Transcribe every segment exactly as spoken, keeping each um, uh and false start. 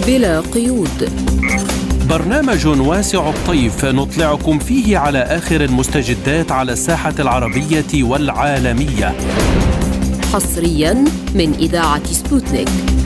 بلا قيود، برنامج واسع الطيف نطلعكم فيه على آخر المستجدات على الساحة العربية والعالمية، حصريا من إذاعة سبوتنيك.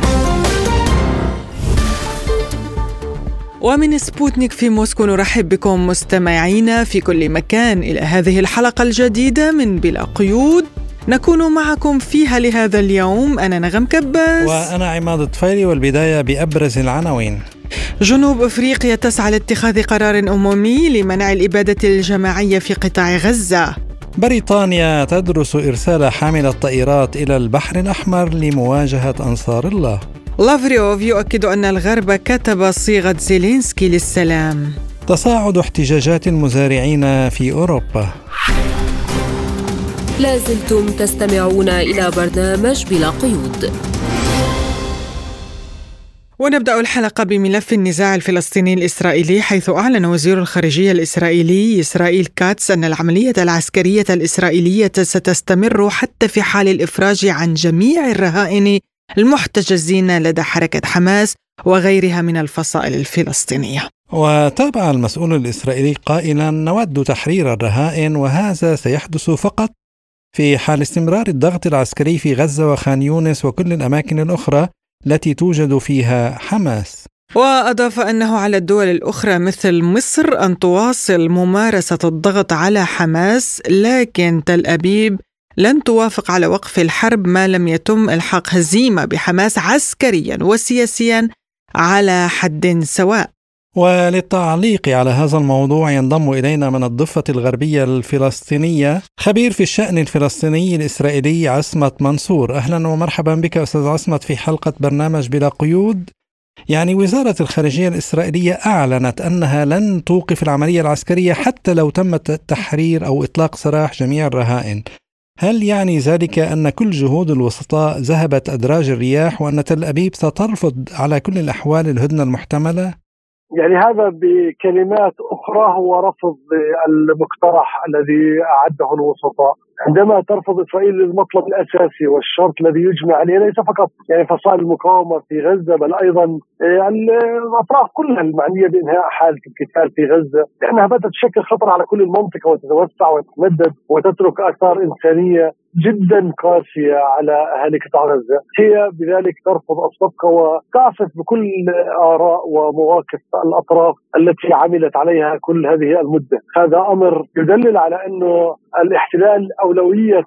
ومن سبوتنيك في موسكو نرحب بكم مستمعينا في كل مكان إلى هذه الحلقة الجديدة من بلا قيود، نكون معكم فيها لهذا اليوم أنا نغم كباس وأنا عماد الطفيلي، والبداية بأبرز العناوين. جنوب أفريقيا تسعى لاتخاذ قرار أممي لمنع الإبادة الجماعية في قطاع غزة. بريطانيا تدرس إرسال حاملة طائرات إلى البحر الأحمر لمواجهة أنصار الله. لافروف يؤكد أن الغرب كتب صيغة زيلينسكي للسلام. تصاعد احتجاجات المزارعين في أوروبا. لازلتم تستمعون إلى برنامج بلا قيود. ونبدأ الحلقة بملف النزاع الفلسطيني الإسرائيلي، حيث أعلن وزير الخارجية الإسرائيلي إسرائيل كاتس أن العملية العسكرية الإسرائيلية ستستمر حتى في حال الإفراج عن جميع الرهائن المحتجزين لدى حركة حماس وغيرها من الفصائل الفلسطينية. وتابع المسؤول الإسرائيلي قائلا: نود تحرير الرهائن، وهذا سيحدث فقط في حال استمرار الضغط العسكري في غزة وخان يونس وكل الأماكن الأخرى التي توجد فيها حماس. وأضاف أنه على الدول الأخرى مثل مصر أن تواصل ممارسة الضغط على حماس، لكن تل أبيب لن توافق على وقف الحرب ما لم يتم إلحاق هزيمة بحماس عسكريا وسياسيا على حد سواء. وللتعليق على هذا الموضوع ينضم إلينا من الضفة الغربية الفلسطينية خبير في الشأن الفلسطيني الإسرائيلي عصمت منصور. أهلا ومرحبا بك أستاذ عصمت في حلقة برنامج بلا قيود. يعني وزارة الخارجية الإسرائيلية أعلنت أنها لن توقف العملية العسكرية حتى لو تم تحرير أو إطلاق سراح جميع الرهائن. هل يعني ذلك أن كل جهود الوسطاء ذهبت أدراج الرياح وأن تل أبيب سترفض على كل الأحوال الهدنة المحتملة؟ يعني هذا بكلمات أخرى هو رفض المقترح الذي أعده الوسطاء، عندما ترفض إسرائيل المطلب الأساسي والشرط الذي يجمع عليه ليس فقط يعني فصائل المقاومة في غزة، بل أيضا الأطراف كلها المعنية بإنهاء حالة القتال في غزة، لأنها بدأت تشكل خطر على كل المنطقة وتتوسع وتتمدد وتترك آثار إنسانية جدا قاسية على أهالي قطاع غزة. هي بذلك ترفض الصفقة وتعصف بكل آراء ومواقف الأطراف التي عملت عليها كل هذه المدة. هذا أمر يدلل على أنه الاحتلال أولوية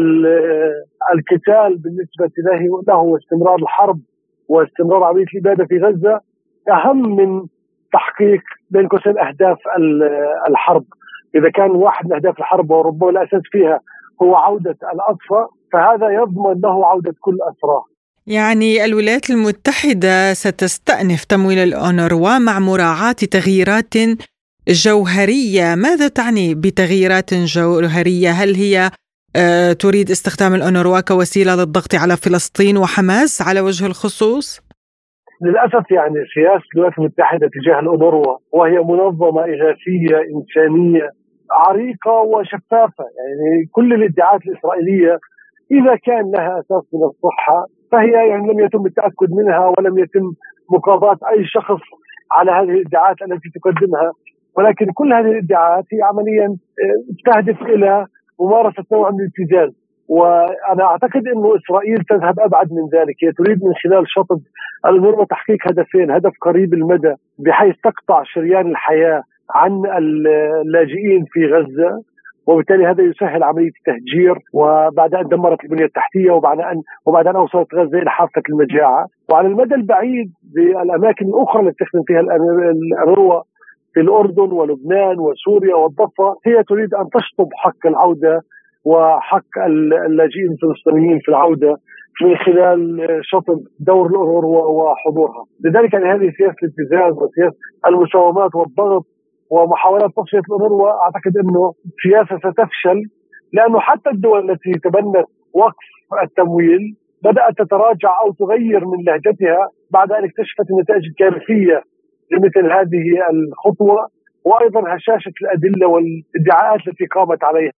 القتال بالنسبة له له استمرار الحرب واستمرار عملية الإبادة في غزة أهم من تحقيق بين قوسين أهداف الحرب. إذا كان واحد من أهداف الحرب وربما الأساس فيها هو عودة الأطفال، فهذا يضمن له عودة كل أسراه. يعني الولايات المتحدة ستستأنف تمويل الأونروا مع مراعاة تغييرات جوهرية. ماذا تعني بتغييرات جوهرية؟ هل هي آه تريد استخدام الأونروا كوسيلة للضغط على فلسطين وحماس على وجه الخصوص؟ للأسف يعني سياسة الولايات المتحدة تجاه الأونروا، وهي منظمة إغاثية إنسانية عريقة وشفافة، يعني كل الادعاءات الإسرائيلية إذا كان لها أساس من الصحة فهي يعني لم يتم التأكد منها ولم يتم مقاضاة أي شخص على هذه الادعاءات التي تقدمها، ولكن كل هذه الادعاءات هي عمليا تهدف إلى ممارسة نوع من الابتزاز. وأنا أعتقد أن إسرائيل تذهب أبعد من ذلك، هي تريد من خلال شطب الأونروا تحقيق هدفين: هدف قريب المدى بحيث تقطع شريان الحياة عن اللاجئين في غزة، وبالتالي هذا يسهل عملية التهجير، وبعد أن دمرت البنية التحتية وبعد أن وبعد أن أوصلت غزة إلى حافة المجاعة. وعلى المدى البعيد بالأماكن الأخرى التي تخدم فيها الأونروا في الأردن ولبنان وسوريا والضفة، هي تريد أن تشطب حق العودة وحق اللاجئين الفلسطينيين في العودة من خلال شطب دور الأونروا وحضورها. لذلك يعني هذه سياسة الابتزاز وسياسة المساومات والضغط ومحاولات تصفية الأونروا أعتقد أنه سياسة ستفشل، لأنه حتى الدول التي تبنت وقف التمويل بدأت تتراجع أو تغير من لهجتها بعد أن اكتشفت النتائج الكارثية لمثل هذه الخطوة، وأيضا هشاشة الأدلة والادعاءات التي قامت عليها.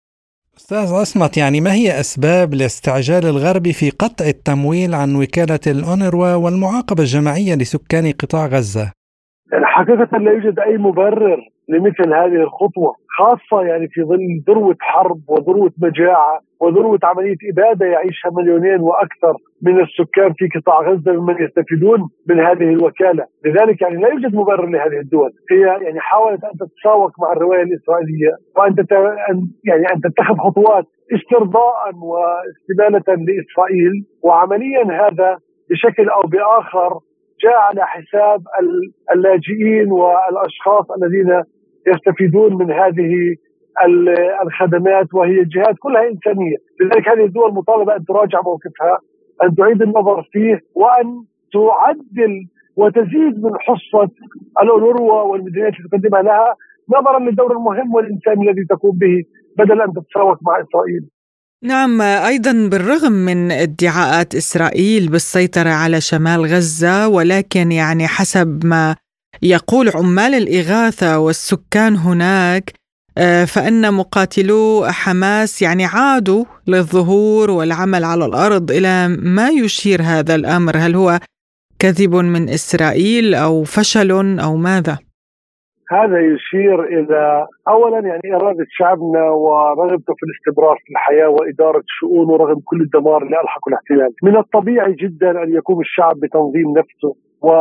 أستاذ عصمت، يعني ما هي أسباب الاستعجال الغربي في قطع التمويل عن وكالة الأونروا والمعاقبة الجماعية لسكان قطاع غزة؟ يعني حقيقة لا يوجد أي مبرر لمثل هذه الخطوة، خاصة يعني في ظل ذروة حرب وذروة مجاعة وذروة عملية إبادة يعيشها مليونين وأكثر من السكان في قطاع غزة ممن يستفيدون من هذه الوكالة. لذلك يعني لا يوجد مبرر لهذه الدول. هي يعني حاولت أن تتساوق مع الرواية الإسرائيلية وأن تت... يعني أن تتخذ خطوات استرضاء واستبانة لإسرائيل، وعمليا هذا بشكل أو بآخر جاء على حساب اللاجئين والأشخاص الذين يستفيدون من هذه الخدمات، وهي جهات كلها إنسانية. لذلك هذه الدول مطالبة أن تراجع موقفها، أن تعيد النظر فيه، وأن تعدل وتزيد من حصة الأونروا والميزانيات التي تقدمها لها نظرا للدور المهم والإنساني الذي تقوم به، بدل أن تتساوك مع إسرائيل. نعم، أيضا بالرغم من ادعاءات إسرائيل بالسيطرة على شمال غزة، ولكن يعني حسب ما يقول عمال الإغاثة والسكان هناك فإن مقاتلو حماس يعني عادوا للظهور والعمل على الأرض. إلى ما يشير هذا الأمر؟ هل هو كذب من إسرائيل أو فشل أو ماذا؟ هذا يشير إلى أولا يعني إرادة شعبنا ورغبته في الاستمرار في الحياة وإدارة شؤونه رغم كل الدمار اللي ألحقه الاحتلال. من الطبيعي جدا أن يقوم الشعب بتنظيم نفسه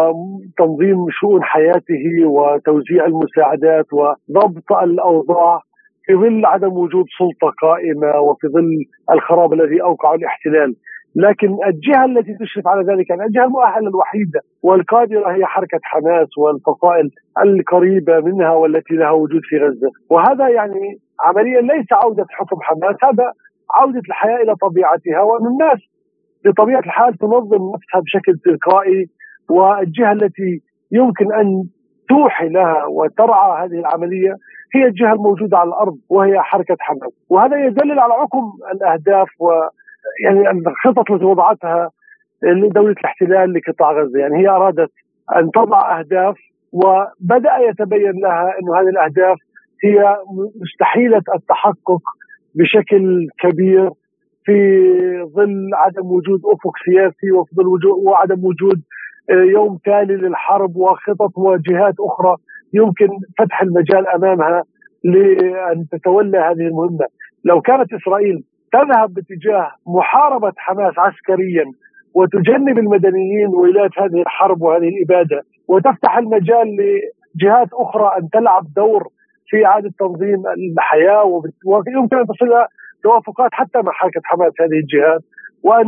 وتنظيم شؤون حياته وتوزيع المساعدات وضبط الأوضاع في ظل عدم وجود سلطة قائمة وفي ظل الخراب الذي أوقعه الاحتلال. لكن الجهة التي تشرف على ذلك يعني الجهة المؤهلة الوحيدة والقادرة هي حركة حماس والفصائل القريبة منها والتي لها وجود في غزة. وهذا يعني عمليا ليس عودة حكم حماس، هذا عودة الحياة إلى طبيعتها، وأن الناس بطبيعة الحال تنظم نفسها بشكل تلقائي، والجهة التي يمكن أن توحي لها وترعى هذه العملية هي الجهة الموجودة على الأرض وهي حركة حماس. وهذا يدلل على عقم الأهداف و يعني الخطط التي وضعتها دولة الاحتلال لقطاع غزة. يعني هي أرادت أن تضع أهداف وبدأ يتبين لها أن هذه الأهداف هي مستحيلة التحقق بشكل كبير في ظل عدم وجود أفق سياسي وفي ظل وجود وعدم وجود يوم تالي للحرب وخطط وجهات أخرى يمكن فتح المجال أمامها لأن تتولى هذه المهمة. لو كانت إسرائيل تذهب باتجاه محاربة حماس عسكريا وتجنب المدنيين ولاة هذه الحرب وهذه الإبادة وتفتح المجال لجهات أخرى أن تلعب دور في إعادة تنظيم الحياة، ويمكن أن تصل إلى توافقات حتى مع حركة حماس هذه الجهات، وأن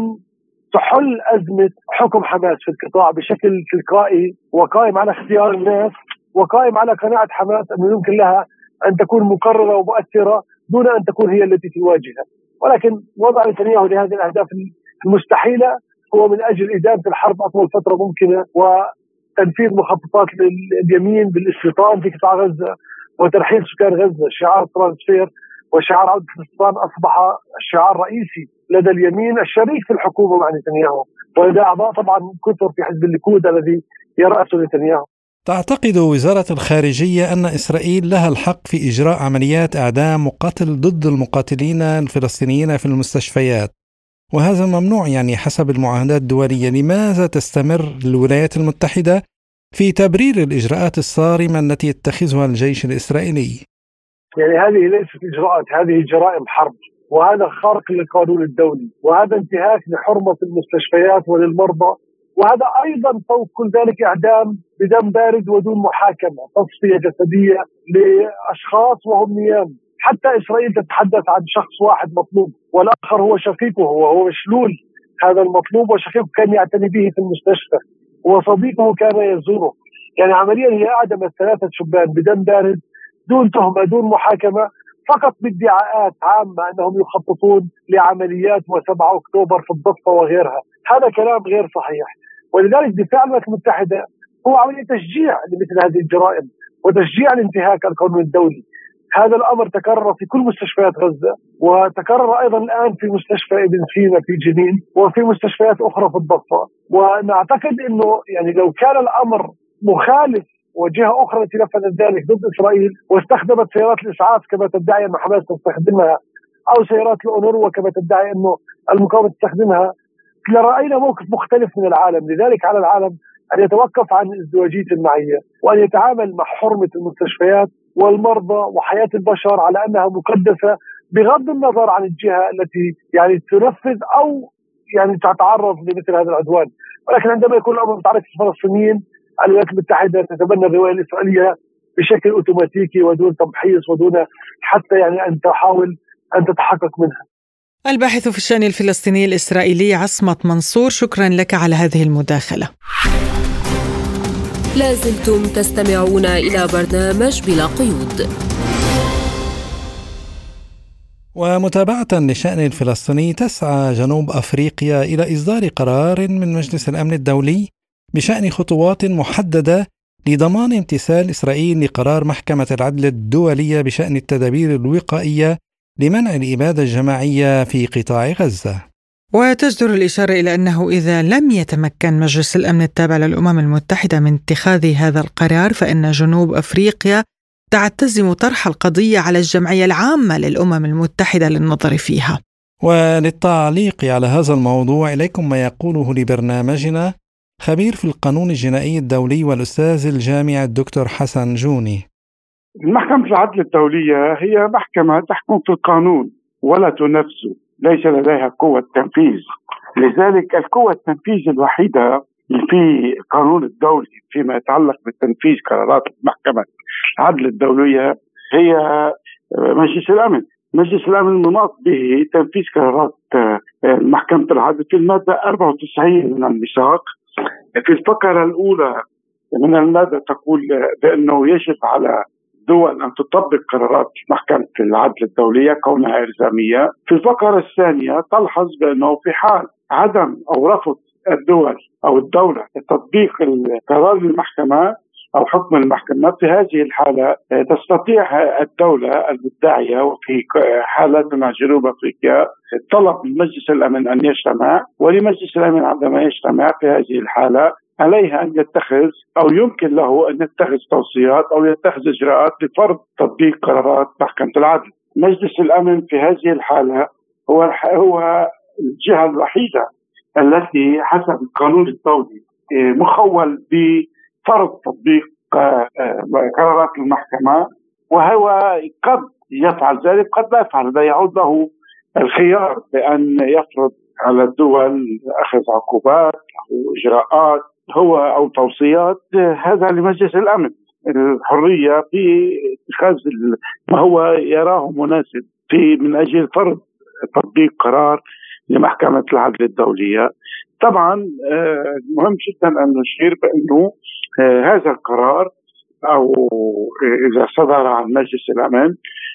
تحل أزمة حكم حماس في القطاع بشكل تلقائي وقائم على اختيار الناس وقائم على قناعة حماس أنه يمكن لها أن تكون مقررة ومؤثرة دون أن تكون هي التي تواجهها. ولكن وضع نتنياهو لهذه الأهداف المستحيلة هو من أجل إدامة الحرب أطول فترة ممكنة وتنفيذ مخططات اليمين بالاستيطان في قطاع غزة وترحيل سكان غزة. شعار ترانسفير وشعار عودة الاستيطان أصبح الشعار الرئيسي لدى اليمين الشريك في الحكومة مع نتنياهو، ولدى أعضاء طبعا كثر في حزب الليكود الذي يرأسه نتنياهو. تعتقد وزارة الخارجية أن إسرائيل لها الحق في إجراء عمليات إعدام وقتل ضد المقاتلين الفلسطينيين في المستشفيات، وهذا ممنوع يعني حسب المعاهدات الدولية؟ لماذا تستمر الولايات المتحدة في تبرير الإجراءات الصارمة التي يتخذها الجيش الإسرائيلي؟ يعني هذه ليست إجراءات، هذه جرائم حرب، وهذا خارق للقانون الدولي، وهذا انتهاك لحرمة المستشفيات وللمرضى، وهذا أيضا فوق كل ذلك إعدام بدم بارد ودون محاكمة، تصفية جسدية لأشخاص وهم نيام. حتى إسرائيل تتحدث عن شخص واحد مطلوب والآخر هو شقيقه وهو مشلول. هذا المطلوب وشقيقه كان يعتني به في المستشفى وصديقه كان يزوره. يعني عمليا هي أعدمت ثلاثة شبان بدم بارد دون تهمة دون محاكمة، فقط بادعاءات عامة أنهم يخططون لعمليات وسبعة أكتوبر في الضفة وغيرها. هذا كلام غير صحيح. ولذلك دفاع الولايات المتحدة هو عملية تشجيع لمثل هذه الجرائم وتشجيع لانتهاك القانون الدولي. هذا الأمر تكرر في كل مستشفيات غزة، وتكرر أيضا الآن في مستشفى ابن سينا في جنين وفي مستشفيات أخرى في الضفة. ونعتقد أنه يعني لو كان الأمر مخالف وجهة أخرى التي نفذت ذلك ضد إسرائيل واستخدمت سيارات الإسعاف كما تدعي أن حماس تستخدمها أو سيارات الأونروا كما تدعي أنه المقاومة تستخدمها، رأينا موقف مختلف من العالم. لذلك على العالم أن يتوقف عن ازدواجية المعية وأن يتعامل مع حرمة المستشفيات والمرضى وحياة البشر على أنها مقدسة، بغض النظر عن الجهة التي يعني تنفذ أو يعني تتعرض لمثل هذا العدوان. ولكن عندما يكون الأمر متعلق بالفلسطينيين، الولايات المتحدة تتبنى الرواية الإسرائيلية بشكل أوتوماتيكي ودون تمحيص ودون حتى يعني أن تحاول أن تتحقق منها. الباحث في الشأن الفلسطيني الإسرائيلي عصمت منصور، شكرا لك على هذه المداخلة. لازلتم تستمعون إلى برنامج بلا قيود. ومتابعة للشأن الفلسطيني، تسعى جنوب أفريقيا إلى إصدار قرار من مجلس الأمن الدولي بشأن خطوات محددة لضمان امتثال إسرائيل لقرار محكمة العدل الدولية بشأن التدابير الوقائية لمنع الإبادة الجماعية في قطاع غزة. وتجدر الإشارة إلى أنه إذا لم يتمكن مجلس الأمن التابع للأمم المتحدة من اتخاذ هذا القرار، فإن جنوب أفريقيا تعتزم طرح القضية على الجمعية العامة للأمم المتحدة للنظر فيها. وللتعليق على هذا الموضوع إليكم ما يقوله لبرنامجنا خبير في القانون الجنائي الدولي والأستاذ الجامعي الدكتور حسن جوني. محكمة العدل الدولية هي محكمة تحكم في القانون ولا تنفذه، ليس لديها قوة تنفيذ. لذلك القوة التنفيذ الوحيدة في القانون الدولي فيما يتعلق بتنفيذ قرارات محكمة العدل الدولية هي مجلس الأمن. مجلس الأمن المناط به تنفيذ قرارات محكمة العدل في المادة أربعة وتسعين من الميثاق. في الفقرة الأولى من المادة تقول بأنه يجب على دول أن تطبق قرارات محكمة العدل الدولية كونها إلزامية. في الفقرة الثانية تلحظ بأنه في حال عدم أو رفض الدول أو الدولة تطبيق قرار المحكمة أو حكم المحكمة، في هذه الحالة تستطيع الدولة المدعية وفي حالتنا جنوب أفريقيا طلب من مجلس الأمن أن يجتمع، ولمجلس الأمن عندما يجتمع في هذه الحالة عليها أن يتخذ أو يمكن له أن يتخذ توصيات أو يتخذ إجراءات لفرض تطبيق قرارات محكمة العدل. مجلس الأمن في هذه الحالة هو هو الجهة الوحيدة التي حسب القانون الدولي مخول بفرض تطبيق قرارات المحكمة، وهو قد يفعل ذلك قد لا يفعل. لا يعود له الخيار بأن يفرض على الدول أخذ عقوبات أو إجراءات هو أو توصيات. هذا لمجلس الأمن الحرية في اتخاذ ما هو يراه مناسب في من أجل فرض تطبيق قرار لمحكمة العدل الدولية. طبعا مهم جدا أن نشير بأنه هذا القرار أو إذا صدر عن مجلس الأمن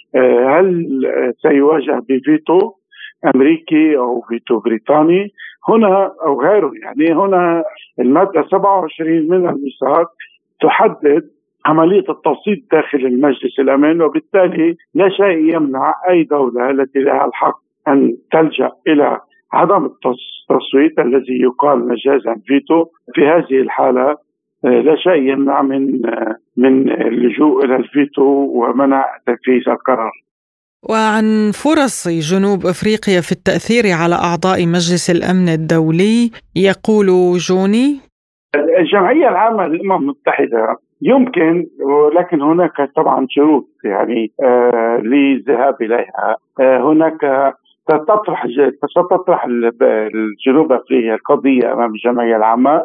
هل سيواجه بفيتو أمريكي أو فيتو بريطاني هنا أو غيره. يعني هنا المادة سبعة وعشرين من الميثاق تحدد عملية التصويت داخل المجلس الأمن، وبالتالي لا شيء يمنع أي دولة التي لها الحق أن تلجأ إلى عدم التصويت الذي يقال مجازا فيتو. في هذه الحالة لا شيء يمنع من من اللجوء إلى الفيتو ومنع تنفيذ القرار. وعن فرص جنوب أفريقيا في التأثير على أعضاء مجلس الأمن الدولي يقول جوني: الجمعية العامة للأمم المتحدة يمكن، ولكن هناك طبعا شروط يعني آه للذهاب إليها. آه هناك تطرح ستطرح الجنوب أفريقيا القضية أمام الجمعية العامة،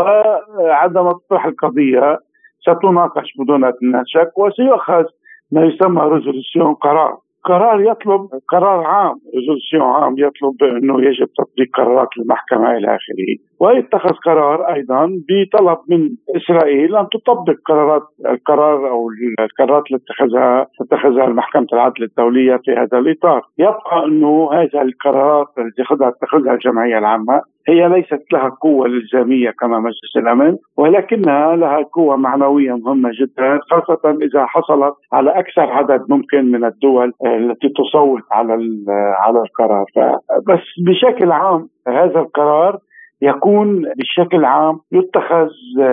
وعندما تطرح القضية ستناقش بدون أدنى شك وسيؤخذ ما يسمى ريزولوشن قرار قرار يطلب قرار عام ريزولوشن عام يطلب أنه يجب تطبيق قرارات المحكمة إلى آخره، ويتخذ قرار أيضا بطلب من إسرائيل أن تطبق قرارات القرار أو القرارات التي اتخذها اتخذها محكمة العدل الدولية في هذا الإطار. يبقى أنه هذه القرارات التي اتخذها الجمعية العامة هي ليست لها قوة إلزامية كما مجلس الأمن، ولكنها لها قوة معنوية مهمة جدا، خاصة إذا حصلت على أكثر عدد ممكن من الدول التي تصوت على على القرار. بس بشكل عام هذا القرار يكون بشكل عام يتخذ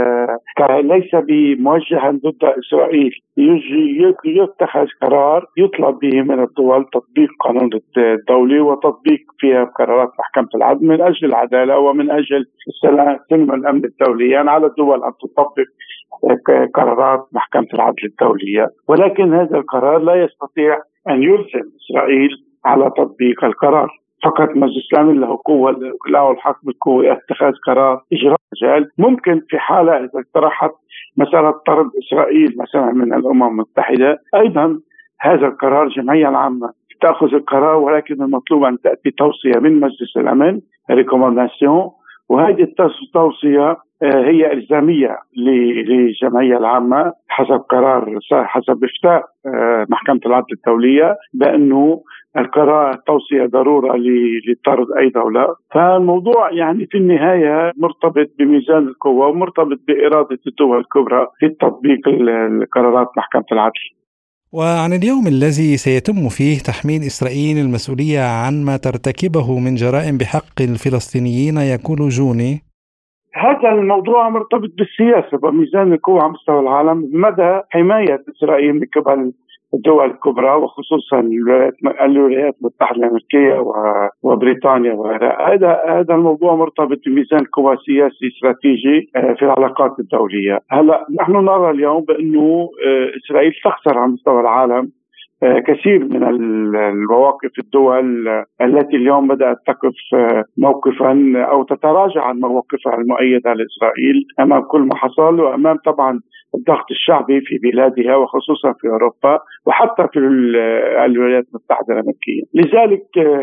ليس بموجها ضد إسرائيل، يتخذ قرار يطلب به من الدول تطبيق قانون الدولي وتطبيق فيها قرارات محكمة العدل من أجل العدالة ومن أجل السلام والأمن الدولي. يعني على الدول أن تطبق قرارات محكمة العدل الدولية، ولكن هذا القرار لا يستطيع أن يلزم إسرائيل على تطبيق القرار. فقط مجلس الأمن له قوة، له الحق بالقوة اتخاذ قرار إجراء مجال. ممكن في حالة إذا اقترحت مسألة طرد إسرائيل مثلا من الأمم المتحدة، أيضا هذا القرار جمعية العامة تأخذ القرار، ولكن المطلوب أن تأتي توصية من مجلس الأمن ريكومنداسيون، وهذه التوصية هي إلزامية للجمعية العامة حسب قرار حسب إفتاء محكمة العدل الدولية بأنه القرار التوصية ضرورة لطرد أي دولة. فالموضوع يعني في النهاية مرتبط بميزان القوة ومرتبط بإرادة الدول الكبرى في تطبيق القرارات محكمة العدل. وعن اليوم الذي سيتم فيه تحميل إسرائيل المسؤولية عن ما ترتكبه من جرائم بحق الفلسطينيين يقول جوني. هذا الموضوع مرتبط بالسياسة وميزان القوة على مستوى العالم، مدى حماية إسرائيل من قبل الدول الكبرى وخصوصا الولايات المتحدة الأمريكية وبريطانيا وغيرها. هذا هذا الموضوع مرتبط بميزان قوى سياسي استراتيجي في العلاقات الدولية. هلا نحن نرى اليوم بأنه إسرائيل تخسر على مستوى العالم كثير من المواقف الدول التي اليوم بدأت تقف موقفا أو تتراجع عن مواقفها المؤيدة لإسرائيل أمام كل ما حصل، وأمام طبعا الضغط الشعبي في بلادها وخصوصا في أوروبا وحتى في الولايات المتحدة الأمريكية. لذلك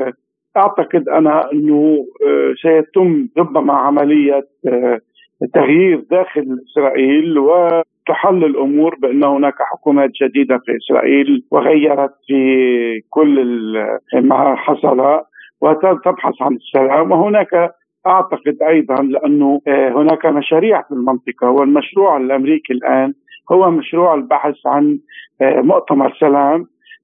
أعتقد أنا أنه سيتم ربما عملية تغيير داخل إسرائيل وتحل الأمور بأن هناك حكومات جديدة في إسرائيل وغيرت في كل ما حصل وتبحث عن السلام. وهناك أعتقد أيضا لأنه هناك مشاريع في المنطقة، والمشروع الأمريكي الآن هو مشروع البحث عن مؤتمر سلام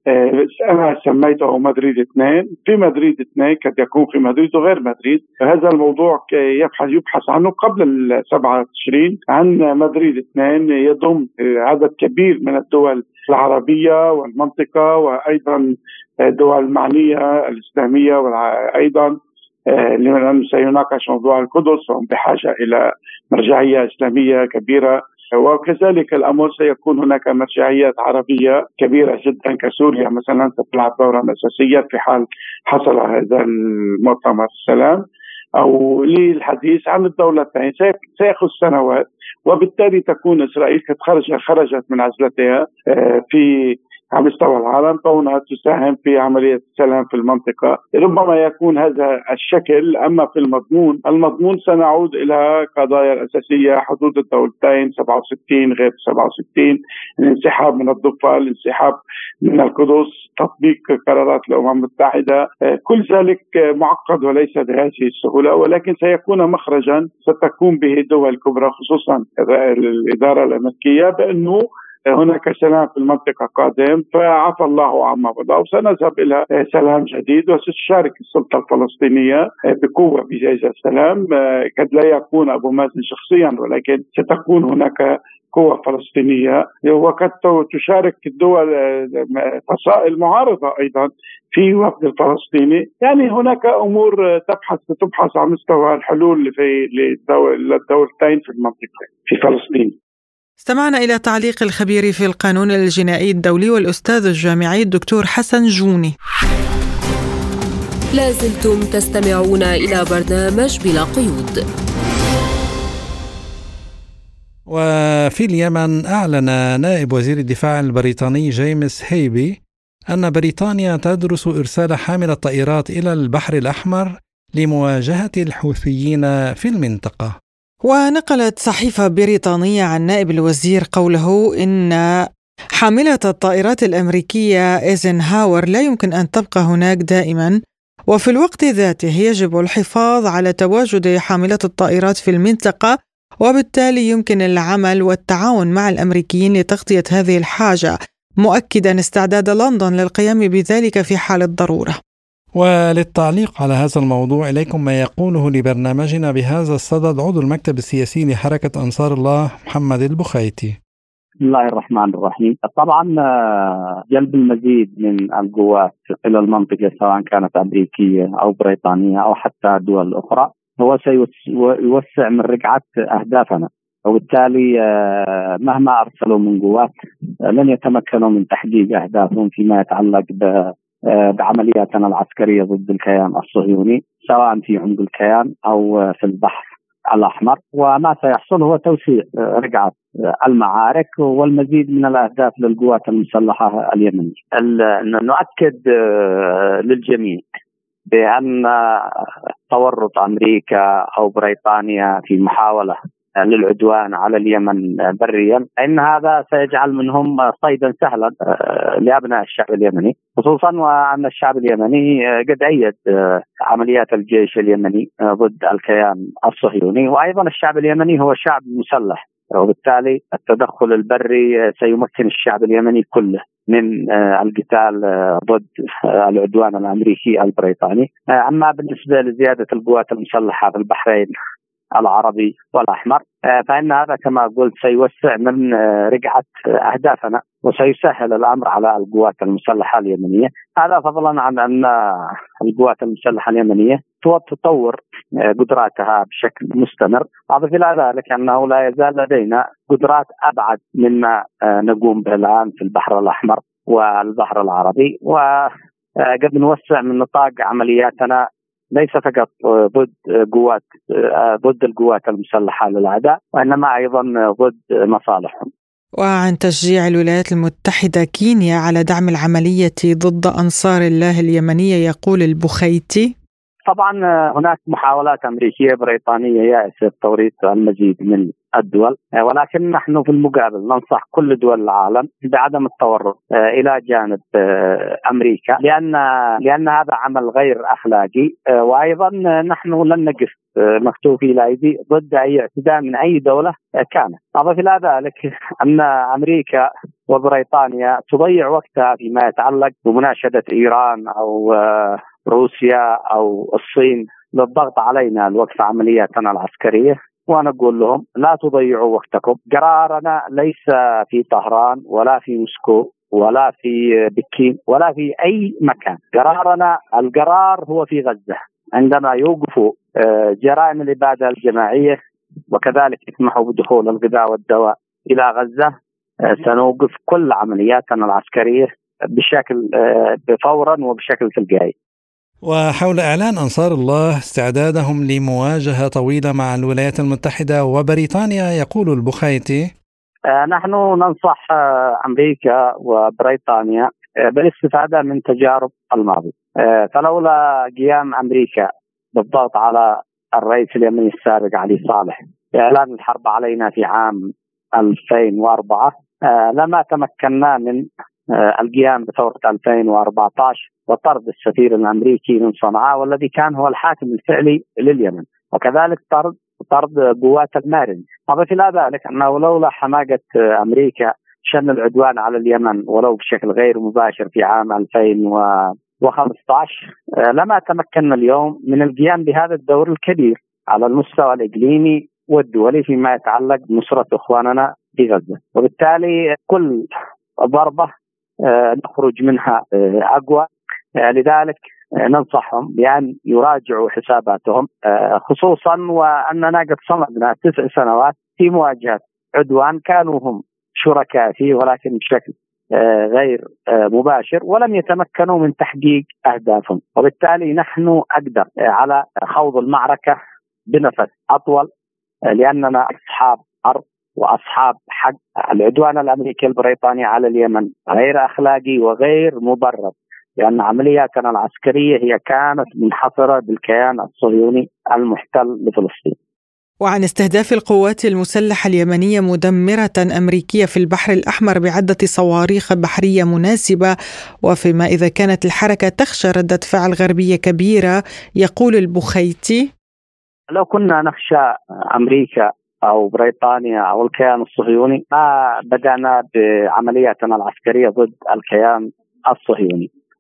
أنا سميته مدريد اثنين. في مدريد اثنين قد يكون في مدريد وغير مدريد. هذا الموضوع يبحث يبحث عنه قبل السبعة تشرين عن مدريد اثنين، يضم عدد كبير من الدول العربية والمنطقة وأيضا الدول المعنية الإسلامية، وأيضا لأنه سيناقش موضوع القدس وهم بحاجة إلى مرجعية إسلامية كبيرة، وكذلك الأمر سيكون هناك مرجعيات عربية كبيرة جدا كسوريا مثلا ستلعب دورا أساسيا في حال حصل هذا المؤتمر السلام أو للحديث عن الدولتين. سيأخذ سنوات، وبالتالي تكون إسرائيل قد خرجت خرجت من عزلتها في على مستوى العالم كونها تساهم في عملية السلام في المنطقة. ربما يكون هذا الشكل، أما في المضمون المضمون سنعود إلى قضايا الأساسية، حدود الدولتين سبعة وستين غير سبعة وستين، الانسحاب من الضفة، الانسحاب من القدس، تطبيق قرارات الأمم المتحدة. كل ذلك معقد وليس بهذه السهولة، ولكن سيكون مخرجا ستقوم به الدول الكبرى خصوصا الإدارة الأمريكية بأنه هناك سلام في المنطقة قادم، فعفى الله عما مضى وسنذهب إلى سلام جديد. وستشارك السلطة الفلسطينية بقوة في هذا السلام، قد لا يكون أبو مازن شخصيا ولكن ستكون هناك قوة فلسطينية، وقد تشارك الدول فصائل معارضة أيضا في وفد الفلسطيني. يعني هناك أمور تبحث تبحث عن مستوى الحلول في للدولتين في المنطقة في فلسطين. استمعنا إلى تعليق الخبير في القانون الجنائي الدولي والأستاذ الجامعي الدكتور حسن جوني. لازلتم تستمعون إلى برنامج بلا قيود. وفي اليمن أعلن نائب وزير الدفاع البريطاني جيمس هيبي أن بريطانيا تدرس إرسال حاملة طائرات إلى البحر الأحمر لمواجهة الحوثيين في المنطقة. ونقلت صحيفة بريطانية عن نائب الوزير قوله إن حاملة الطائرات الأمريكية إيزنهاور لا يمكن أن تبقى هناك دائما، وفي الوقت ذاته يجب الحفاظ على تواجد حاملة الطائرات في المنطقة، وبالتالي يمكن العمل والتعاون مع الأمريكيين لتغطية هذه الحاجة، مؤكدا استعداد لندن للقيام بذلك في حال الضرورة. وللتعليق على هذا الموضوع إليكم ما يقوله لبرنامجنا بهذا الصدد عضو المكتب السياسي لحركة أنصار الله محمد البخيتي. بسم الله الرحمن الرحيم. طبعا جلب المزيد من القوات إلى المنطقة سواء كانت أمريكية أو بريطانية أو حتى دول أخرى هو سيوسع من رقعة أهدافنا، وبالتالي مهما أرسلوا من قوات لن يتمكنوا من تحقيق أهدافهم فيما يتعلق بعملياتنا العسكرية ضد الكيان الصهيوني سواء في عمق الكيان أو في البحر الأحمر. وما سيحصل هو توسيع رقعة المعارك والمزيد من الأهداف للقوات المسلحة اليمنية. نؤكد للجميع بأن تورط أمريكا أو بريطانيا في محاولة للعدوان على اليمن بريا إن هذا سيجعل منهم صيدا سهلا لأبناء الشعب اليمني، خصوصا وأن الشعب اليمني قد أيد عمليات الجيش اليمني ضد الكيان الصهيوني، وأيضا الشعب اليمني هو شعب مسلح، وبالتالي التدخل البري سيمكن الشعب اليمني كله من القتال ضد العدوان الأمريكي البريطاني. أما بالنسبة لزيادة القوات المسلحة في البحرين العربي والأحمر فإن هذا كما قلت سيوسع من رقعة أهدافنا وسيسهل الأمر على القوات المسلحة اليمنية، هذا فضلا عن أن القوات المسلحة اليمنية تطور قدراتها بشكل مستمر. أضف إلى ذلك أنه لا يزال لدينا قدرات أبعد مما نقوم به الآن في البحر الأحمر والبحر العربي، وقد نوسع من نطاق عملياتنا ليس فقط ضد قوات ضد القوات المسلحة للأعداء وإنما أيضا ضد مصالحهم. وعن تشجيع الولايات المتحدة كينيا على دعم العملية ضد أنصار الله اليمنية يقول البخيتي: طبعا هناك محاولات أمريكية بريطانية يائسة توريط المزيد من الدول، ولكن نحن في المقابل ننصح كل دول العالم بعدم التورط إلى جانب أمريكا، لأن لأن هذا عمل غير أخلاقي، وأيضا نحن لن نقف مكتوفي الأيدي ضد أي اعتداء من أي دولة كانت. أضف إلى ذلك أن أمريكا وبريطانيا تضيع وقتها فيما يتعلق بمناشدة إيران أو روسيا أو الصين للضغط علينا لوقف عملياتنا العسكرية، ونقول لهم لا تضيعوا وقتكم. قرارنا ليس في طهران ولا في موسكو ولا في بكين ولا في أي مكان، قرارنا القرار هو في غزة. عندما يوقفوا جرائم الإبادة الجماعية وكذلك يسمحوا بدخول الغذاء والدواء إلى غزة سنوقف كل عملياتنا العسكرية بشكل فورا وبشكل تلقائي. وحول إعلان أنصار الله استعدادهم لمواجهة طويلة مع الولايات المتحدة وبريطانيا يقول البخيتي: آه نحن ننصح آه أمريكا وبريطانيا آه بالاستفادة من تجارب الماضي، آه فلولا قيام أمريكا بالضغط على الرئيس اليمني السابق علي صالح بإعلان الحرب علينا في عام ألفين وأربعة آه لما تمكنا من آه القيام بثورة ألفين وأربعة عشر وطرد السفير الأمريكي من صنعاء والذي كان هو الحاكم الفعلي لليمن، وكذلك طرد طرد قوات المارين. أضف إلى ذلك أنه لولا حماقة أمريكا شن العدوان على اليمن ولو بشكل غير مباشر في عام ألفين وخمسة عشر لما تمكنا اليوم من القيام بهذا الدور الكبير على المستوى الإقليمي والدولي فيما يتعلق بنصرة إخواننا في غزة. وبالتالي كل ضربة نخرج منها أقوى، لذلك ننصحهم بأن يراجعوا حساباتهم، خصوصا وأننا قد صمدنا تسع سنوات في مواجهة عدوان كانوا هم شركاء فيه ولكن بشكل غير مباشر ولم يتمكنوا من تحقيق أهدافهم، وبالتالي نحن أقدر على خوض المعركة بنفس أطول لأننا أصحاب أرض وأصحاب حق. العدوان الأمريكي البريطاني على اليمن غير أخلاقي وغير مبرر، لأن عملياتنا العسكرية هي كانت منحصرة بالكيان الصهيوني المحتل لفلسطين. وعن استهداف القوات المسلحة اليمنية مدمرة أمريكية في البحر الأحمر بعدة صواريخ بحرية مناسبة، وفيما إذا كانت الحركة تخشى ردة فعل غربية كبيرة يقول البخيتي: لو كنا نخشى أمريكا أو بريطانيا أو الكيان الصهيوني ما بدأنا بعملياتنا العسكرية ضد الكيان الصهيوني.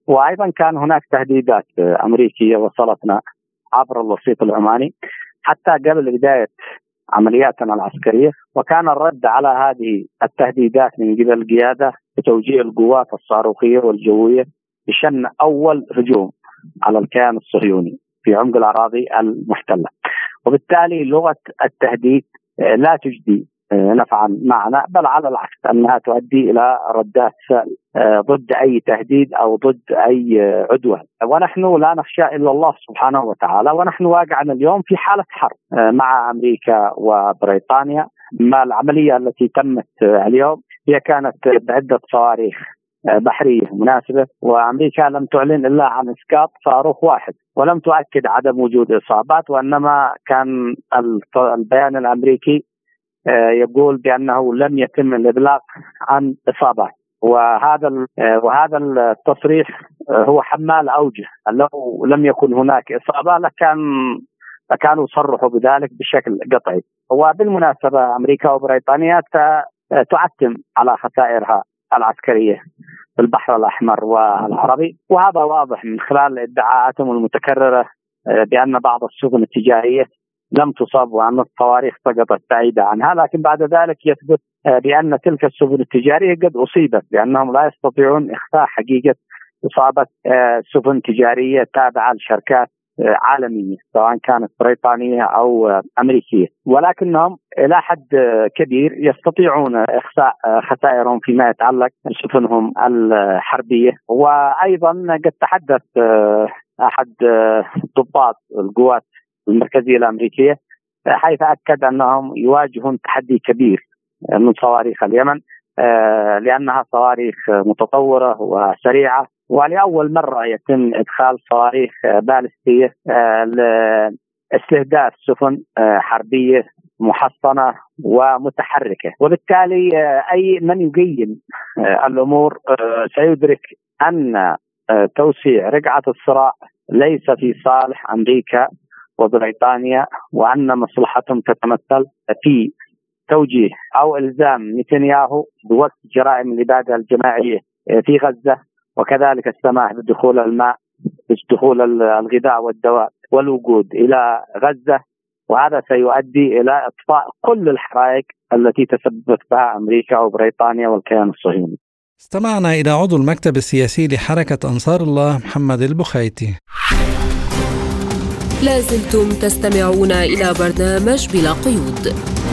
وأيضا كان هناك تهديدات أمريكية وصلتنا عبر الوسيط العماني حتى قبل بداية عملياتنا العسكرية، وكان الرد على هذه التهديدات من قبل القيادة بتوجيه القوات الصاروخية والجوية بشن أول هجوم على الكيان الصهيوني في عمق الأراضي المحتلة. وبالتالي لغة التهديد لا تجدي نفعا معنا، بل على العكس أنها تؤدي إلى ردات فعل ضد أي تهديد أو ضد أي عدوان. ونحن لا نخشى إلا الله سبحانه وتعالى، ونحن واقعنا اليوم في حالة حرب مع أمريكا وبريطانيا. ما العملية التي تمت اليوم هي كانت بعدة صواريخ بحرية مناسبة، وأمريكا لم تعلن إلا عن إسقاط صاروخ واحد ولم تؤكد عدم وجود إصابات، وإنما كان البيان الأمريكي يقول بأنه لم يتم الإبلاغ عن إصابات. وهذا وهذا التصريح هو حمال أوجه، لو لم يكن هناك إصابة لكان لكانوا صرحوا بذلك بشكل قطعي. وبالمناسبة أمريكا وبريطانيا تعتم على خسائرها العسكرية في البحر الأحمر والعربي، وهذا واضح من خلال ادعاءاتهم المتكررة بأن بعض السفن التجارية لم تصب وأن الصواريخ سقطت بعيدة عنها، لكن بعد ذلك يثبت بأن تلك السفن التجارية قد أصيبت، لأنهم لا يستطيعون إخفاء حقيقة إصابة سفن تجارية تابعة لشركات عالمية سواء كانت بريطانية أو أمريكية، ولكنهم إلى حد كبير يستطيعون إخفاء خسائرهم فيما يتعلق بسفنهم الحربية. وأيضا قد تحدث أحد ضباط القوات المركزية الأمريكية حيث أكد أنهم يواجهون تحدي كبير من صواريخ اليمن لأنها صواريخ متطورة وسريعة، ولأول مرة يتم إدخال صواريخ باليستية لاستهداف سفن حربية محصنة ومتحركة. وبالتالي أي من يقيم الأمور سيدرك أن توسيع رقعة الصراع ليس في صالح أمريكا وبريطانيا، وأن مصلحتهم تتمثل في توجيه أو إلزام نتنياهو بوقف جرائم الإبادة الجماعية في غزة، وكذلك السماح بدخول الماء بدخول الغذاء والدواء والوقود إلى غزة، وهذا سيؤدي إلى إطفاء كل الحرائق التي تسببت بها أمريكا وبريطانيا والكيان الصهيوني. استمعنا إلى عضو المكتب السياسي لحركة أنصار الله محمد البخيتي. لازلتم تستمعون إلى برنامج بلا قيود.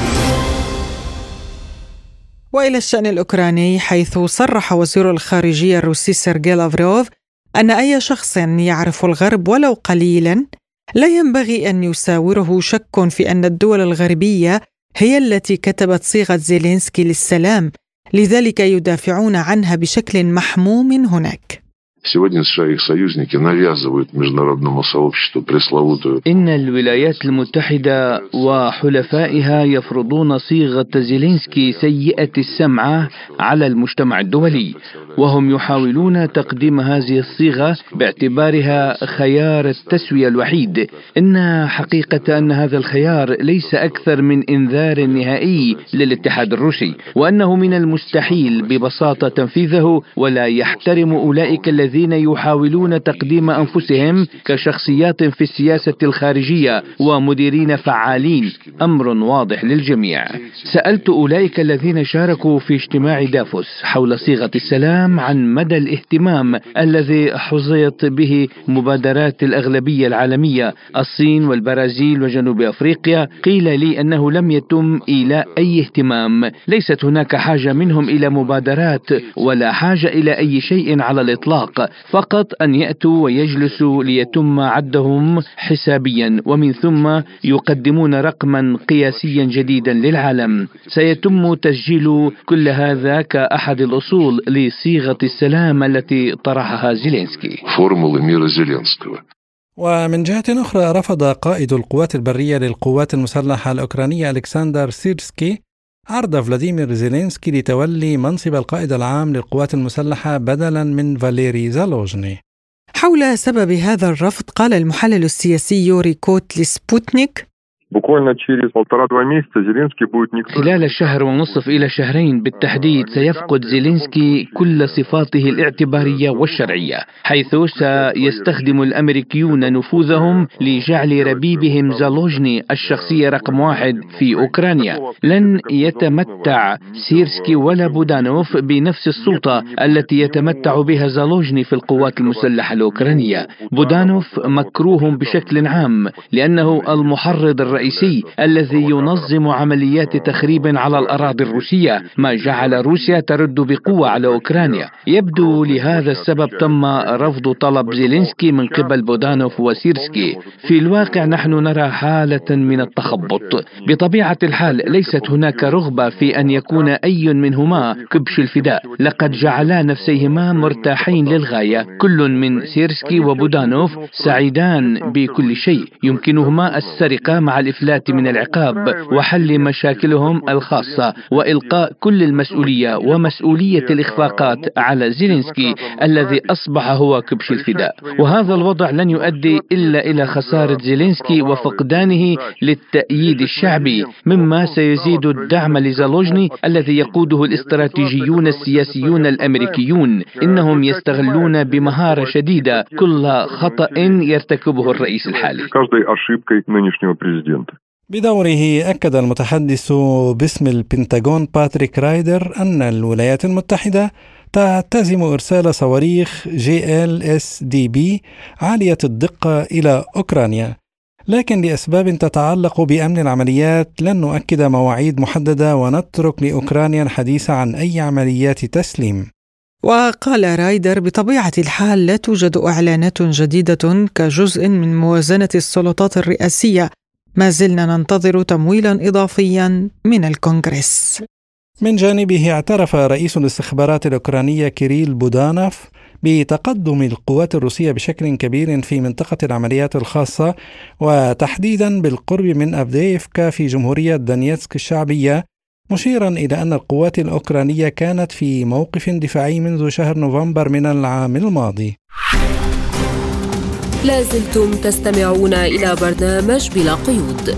وإلى الشأن الأوكراني، حيث صرح وزير الخارجية الروسي سيرجي لافروف أن أي شخص يعرف الغرب ولو قليلا لا ينبغي أن يساوره شك في أن الدول الغربية هي التي كتبت صيغة زيلينسكي للسلام، لذلك يدافعون عنها بشكل محموم هناك. Сегодня США и их союзники навязывают международному сообществу пресловутую. إن الولايات المتحدة وحلفائها يفرضون صيغة زيلينسكي سيئة السمعة على المجتمع الدولي، وهم يحاولون تقديم هذه الصيغة باعتبارها خيار التسوية الوحيد. إن حقيقة أن هذا الخيار ليس أكثر من إنذار نهائي للاتحاد الروسي، وأنه من المستحيل ببساطة تنفيذه، ولا يحترم أولئك الذين يحاولون تقديم أنفسهم كشخصيات في السياسة الخارجية ومديرين فعالين. أمر واضح للجميع. سألت أولئك الذين شاركوا في اجتماع دافوس حول صيغة السلام عن مدى الاهتمام الذي حظيت به مبادرات الأغلبية العالمية، الصين والبرازيل وجنوب أفريقيا. قيل لي أنه لم يتم إيلاء أي اهتمام، ليست هناك حاجة منهم إلى مبادرات ولا حاجة إلى أي شيء على الإطلاق، فقط أن يأتوا ويجلسوا ليتم عدهم حسابيا، ومن ثم يقدمون رقما قياسيا جديدا للعالم. سيتم تسجيل كل هذا كأحد الأصول لصيغة السلام التي طرحها زيلينسكي. فورمولا ميرا زيلينسكي. ومن جهة أخرى، رفض قائد القوات البرية للقوات المسلحة الأوكرانية ألكسندر سيرسكي عرض فلاديمير زيلينسكي لتولي منصب القائد العام للقوات المسلحة بدلا من فاليري زالوجني. حول سبب هذا الرفض قال المحلل السياسي يوري كوت لسبوتنيك: خلال الشهر ونصف إلى شهرين بالتحديد سيفقد زيلينسكي كل صفاته الاعتبارية والشرعية، حيث سيستخدم الأمريكيون نفوذهم لجعل ربيبهم زالوجني الشخصية رقم واحد في أوكرانيا. لن يتمتع سيرسكي ولا بودانوف بنفس السلطة التي يتمتع بها زالوجني في القوات المسلحة الأوكرانية. بودانوف مكروه بشكل عام لأنه المحرض الرئيسي الذي ينظم عمليات تخريب على الأراضي الروسية، ما جعل روسيا ترد بقوة على أوكرانيا. يبدو لهذا السبب تم رفض طلب زيلينسكي من قبل بودانوف وسيرسكي. في الواقع نحن نرى حالة من التخبط. بطبيعة الحال ليست هناك رغبة في أن يكون أي منهما كبش الفداء، لقد جعلا نفسيهما مرتاحين للغاية. كل من سيرسكي وبودانوف سعيدان بكل شيء، يمكنهما السرقة مع الإفلات من العقاب وحل مشاكلهم الخاصة وإلقاء كل المسؤولية ومسؤولية الإخفاقات على زيلينسكي الذي أصبح هو كبش الفداء. وهذا الوضع لن يؤدي إلا إلى خسارة زيلينسكي وفقدانه للتأييد الشعبي، مما سيزيد الدعم لزالوجني الذي يقوده الاستراتيجيون السياسيون الأمريكيون. إنهم يستغلون بمهارة شديدة كل خطأ يرتكبه الرئيس الحالي. بدوره أكد المتحدث باسم البنتاغون باتريك رايدر أن الولايات المتحدة تعتزم إرسال صواريخ جي إل إس دي بي عالية الدقة إلى أوكرانيا، لكن لأسباب تتعلق بأمن العمليات لن نؤكد مواعيد محددة ونترك لأوكرانيا الحديث عن أي عمليات تسليم. وقال رايدر: بطبيعة الحال لا توجد إعلانات جديدة كجزء من موازنة السلطات الرئاسية، ما زلنا ننتظر تمويلا إضافيا من الكونغرس. من جانبه اعترف رئيس الاستخبارات الأوكرانية كيريل بودانوف بتقدم القوات الروسية بشكل كبير في منطقة العمليات الخاصة، وتحديدا بالقرب من أفديفكا في جمهورية دونيتسك الشعبية، مشيرا إلى أن القوات الأوكرانية كانت في موقف دفاعي منذ شهر نوفمبر من العام الماضي. لازلتم تستمعون إلى برنامج بلا قيود.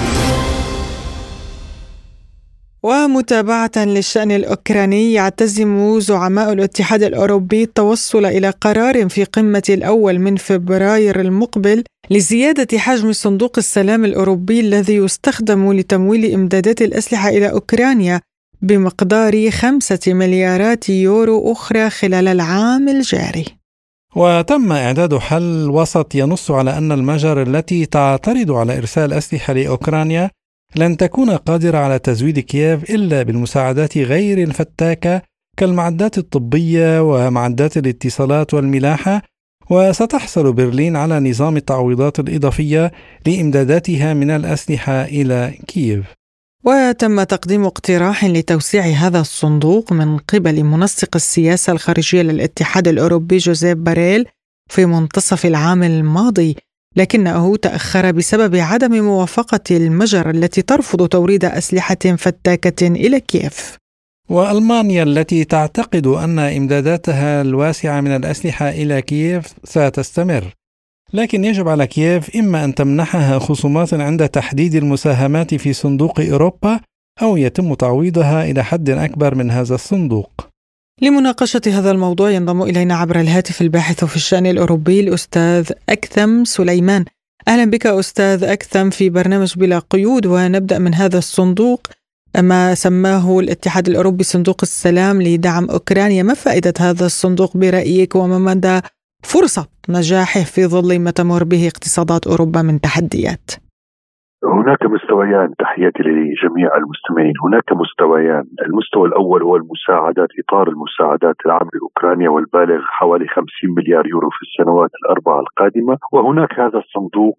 ومتابعة للشأن الأوكراني، يعتزم زعماء الاتحاد الأوروبي التوصل إلى قرار في قمة الأول من فبراير المقبل لزيادة حجم صندوق السلام الأوروبي الذي يستخدم لتمويل إمدادات الأسلحة إلى أوكرانيا بمقدار خمسة مليارات يورو أخرى خلال العام الجاري. وتم إعداد حل وسط ينص على أن المجر التي تعترض على إرسال أسلحة لأوكرانيا لن تكون قادرة على تزويد كييف إلا بالمساعدات غير الفتاكة كالمعدات الطبية ومعدات الاتصالات والملاحة، وستحصل برلين على نظام التعويضات الإضافية لإمداداتها من الأسلحة إلى كييف. وتم تقديم اقتراح لتوسيع هذا الصندوق من قبل منسق السياسة الخارجية للاتحاد الأوروبي جوزيف باريل في منتصف العام الماضي، لكنه تأخر بسبب عدم موافقة المجر التي ترفض توريد أسلحة فتاكة إلى كييف. وألمانيا التي تعتقد أن إمداداتها الواسعة من الأسلحة إلى كييف ستستمر، لكن يجب على كييف إما أن تمنحها خصومات عند تحديد المساهمات في صندوق أوروبا أو يتم تعويضها إلى حد أكبر من هذا الصندوق. لمناقشة هذا الموضوع ينضم إلينا عبر الهاتف الباحث في الشأن الأوروبي الأستاذ أكثم سليمان. أهلا بك أستاذ أكثم في برنامج بلا قيود، ونبدأ من هذا الصندوق ما سماه الاتحاد الأوروبي صندوق السلام لدعم أوكرانيا. ما فائدة هذا الصندوق برأيك، وما مدى فرصة نجاحه في ظل ما تمر به اقتصادات أوروبا من تحديات؟ هناك مستويان، تحياتي لجميع المستمعين. هناك مستويان، المستوى الأول هو المساعدات، إطار المساعدات العام لأوكرانيا والبالغ حوالي خمسين مليار يورو في السنوات الأربعة القادمة، وهناك هذا الصندوق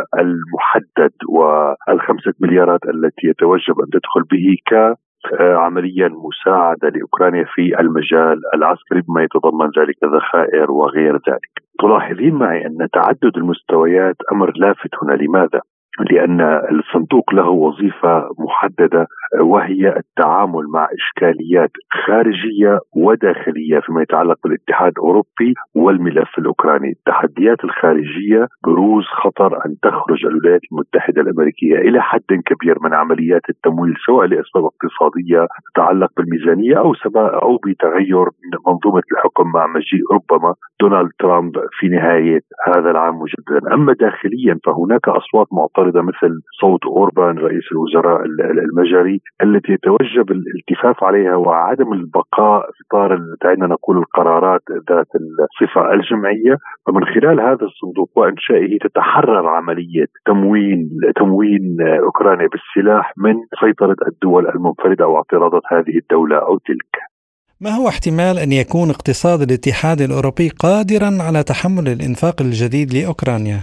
المحدد والخمسة مليارات التي يتوجب أن تدخل به ك عمليا مساعدة لأوكرانيا في المجال العسكري بما يتضمن ذلك ذخائر وغير ذلك. تلاحظين معي أن تعدد المستويات أمر لافت هنا. لماذا؟ لأن الصندوق له وظيفة محددة، وهي التعامل مع إشكاليات خارجية وداخلية فيما يتعلق بالاتحاد الأوروبي والملف الأوكراني. التحديات الخارجية بروز خطر أن تخرج الولايات المتحدة الأمريكية إلى حد كبير من عمليات التمويل، سواء لأسباب اقتصادية تتعلق بالميزانية أو أو بتغير منظومة الحكم مع مجيء ربما دونالد ترامب في نهاية هذا العام مجددا. أما داخليا فهناك أصوات معترضة مثل صوت أوربان رئيس الوزراء المجري التي يتوجب الالتفاف عليها وعدم البقاء في إطار دعينا نقول القرارات ذات الصفة الجمعية. ومن خلال هذا الصندوق وإنشائه تتحرر عملية تموين تموين أوكرانيا بالسلاح من سيطرة الدول المنفردة أو اعتراضات هذه الدولة أو تلك. ما هو احتمال أن يكون اقتصاد الاتحاد الأوروبي قادرا على تحمل الإنفاق الجديد لأوكرانيا؟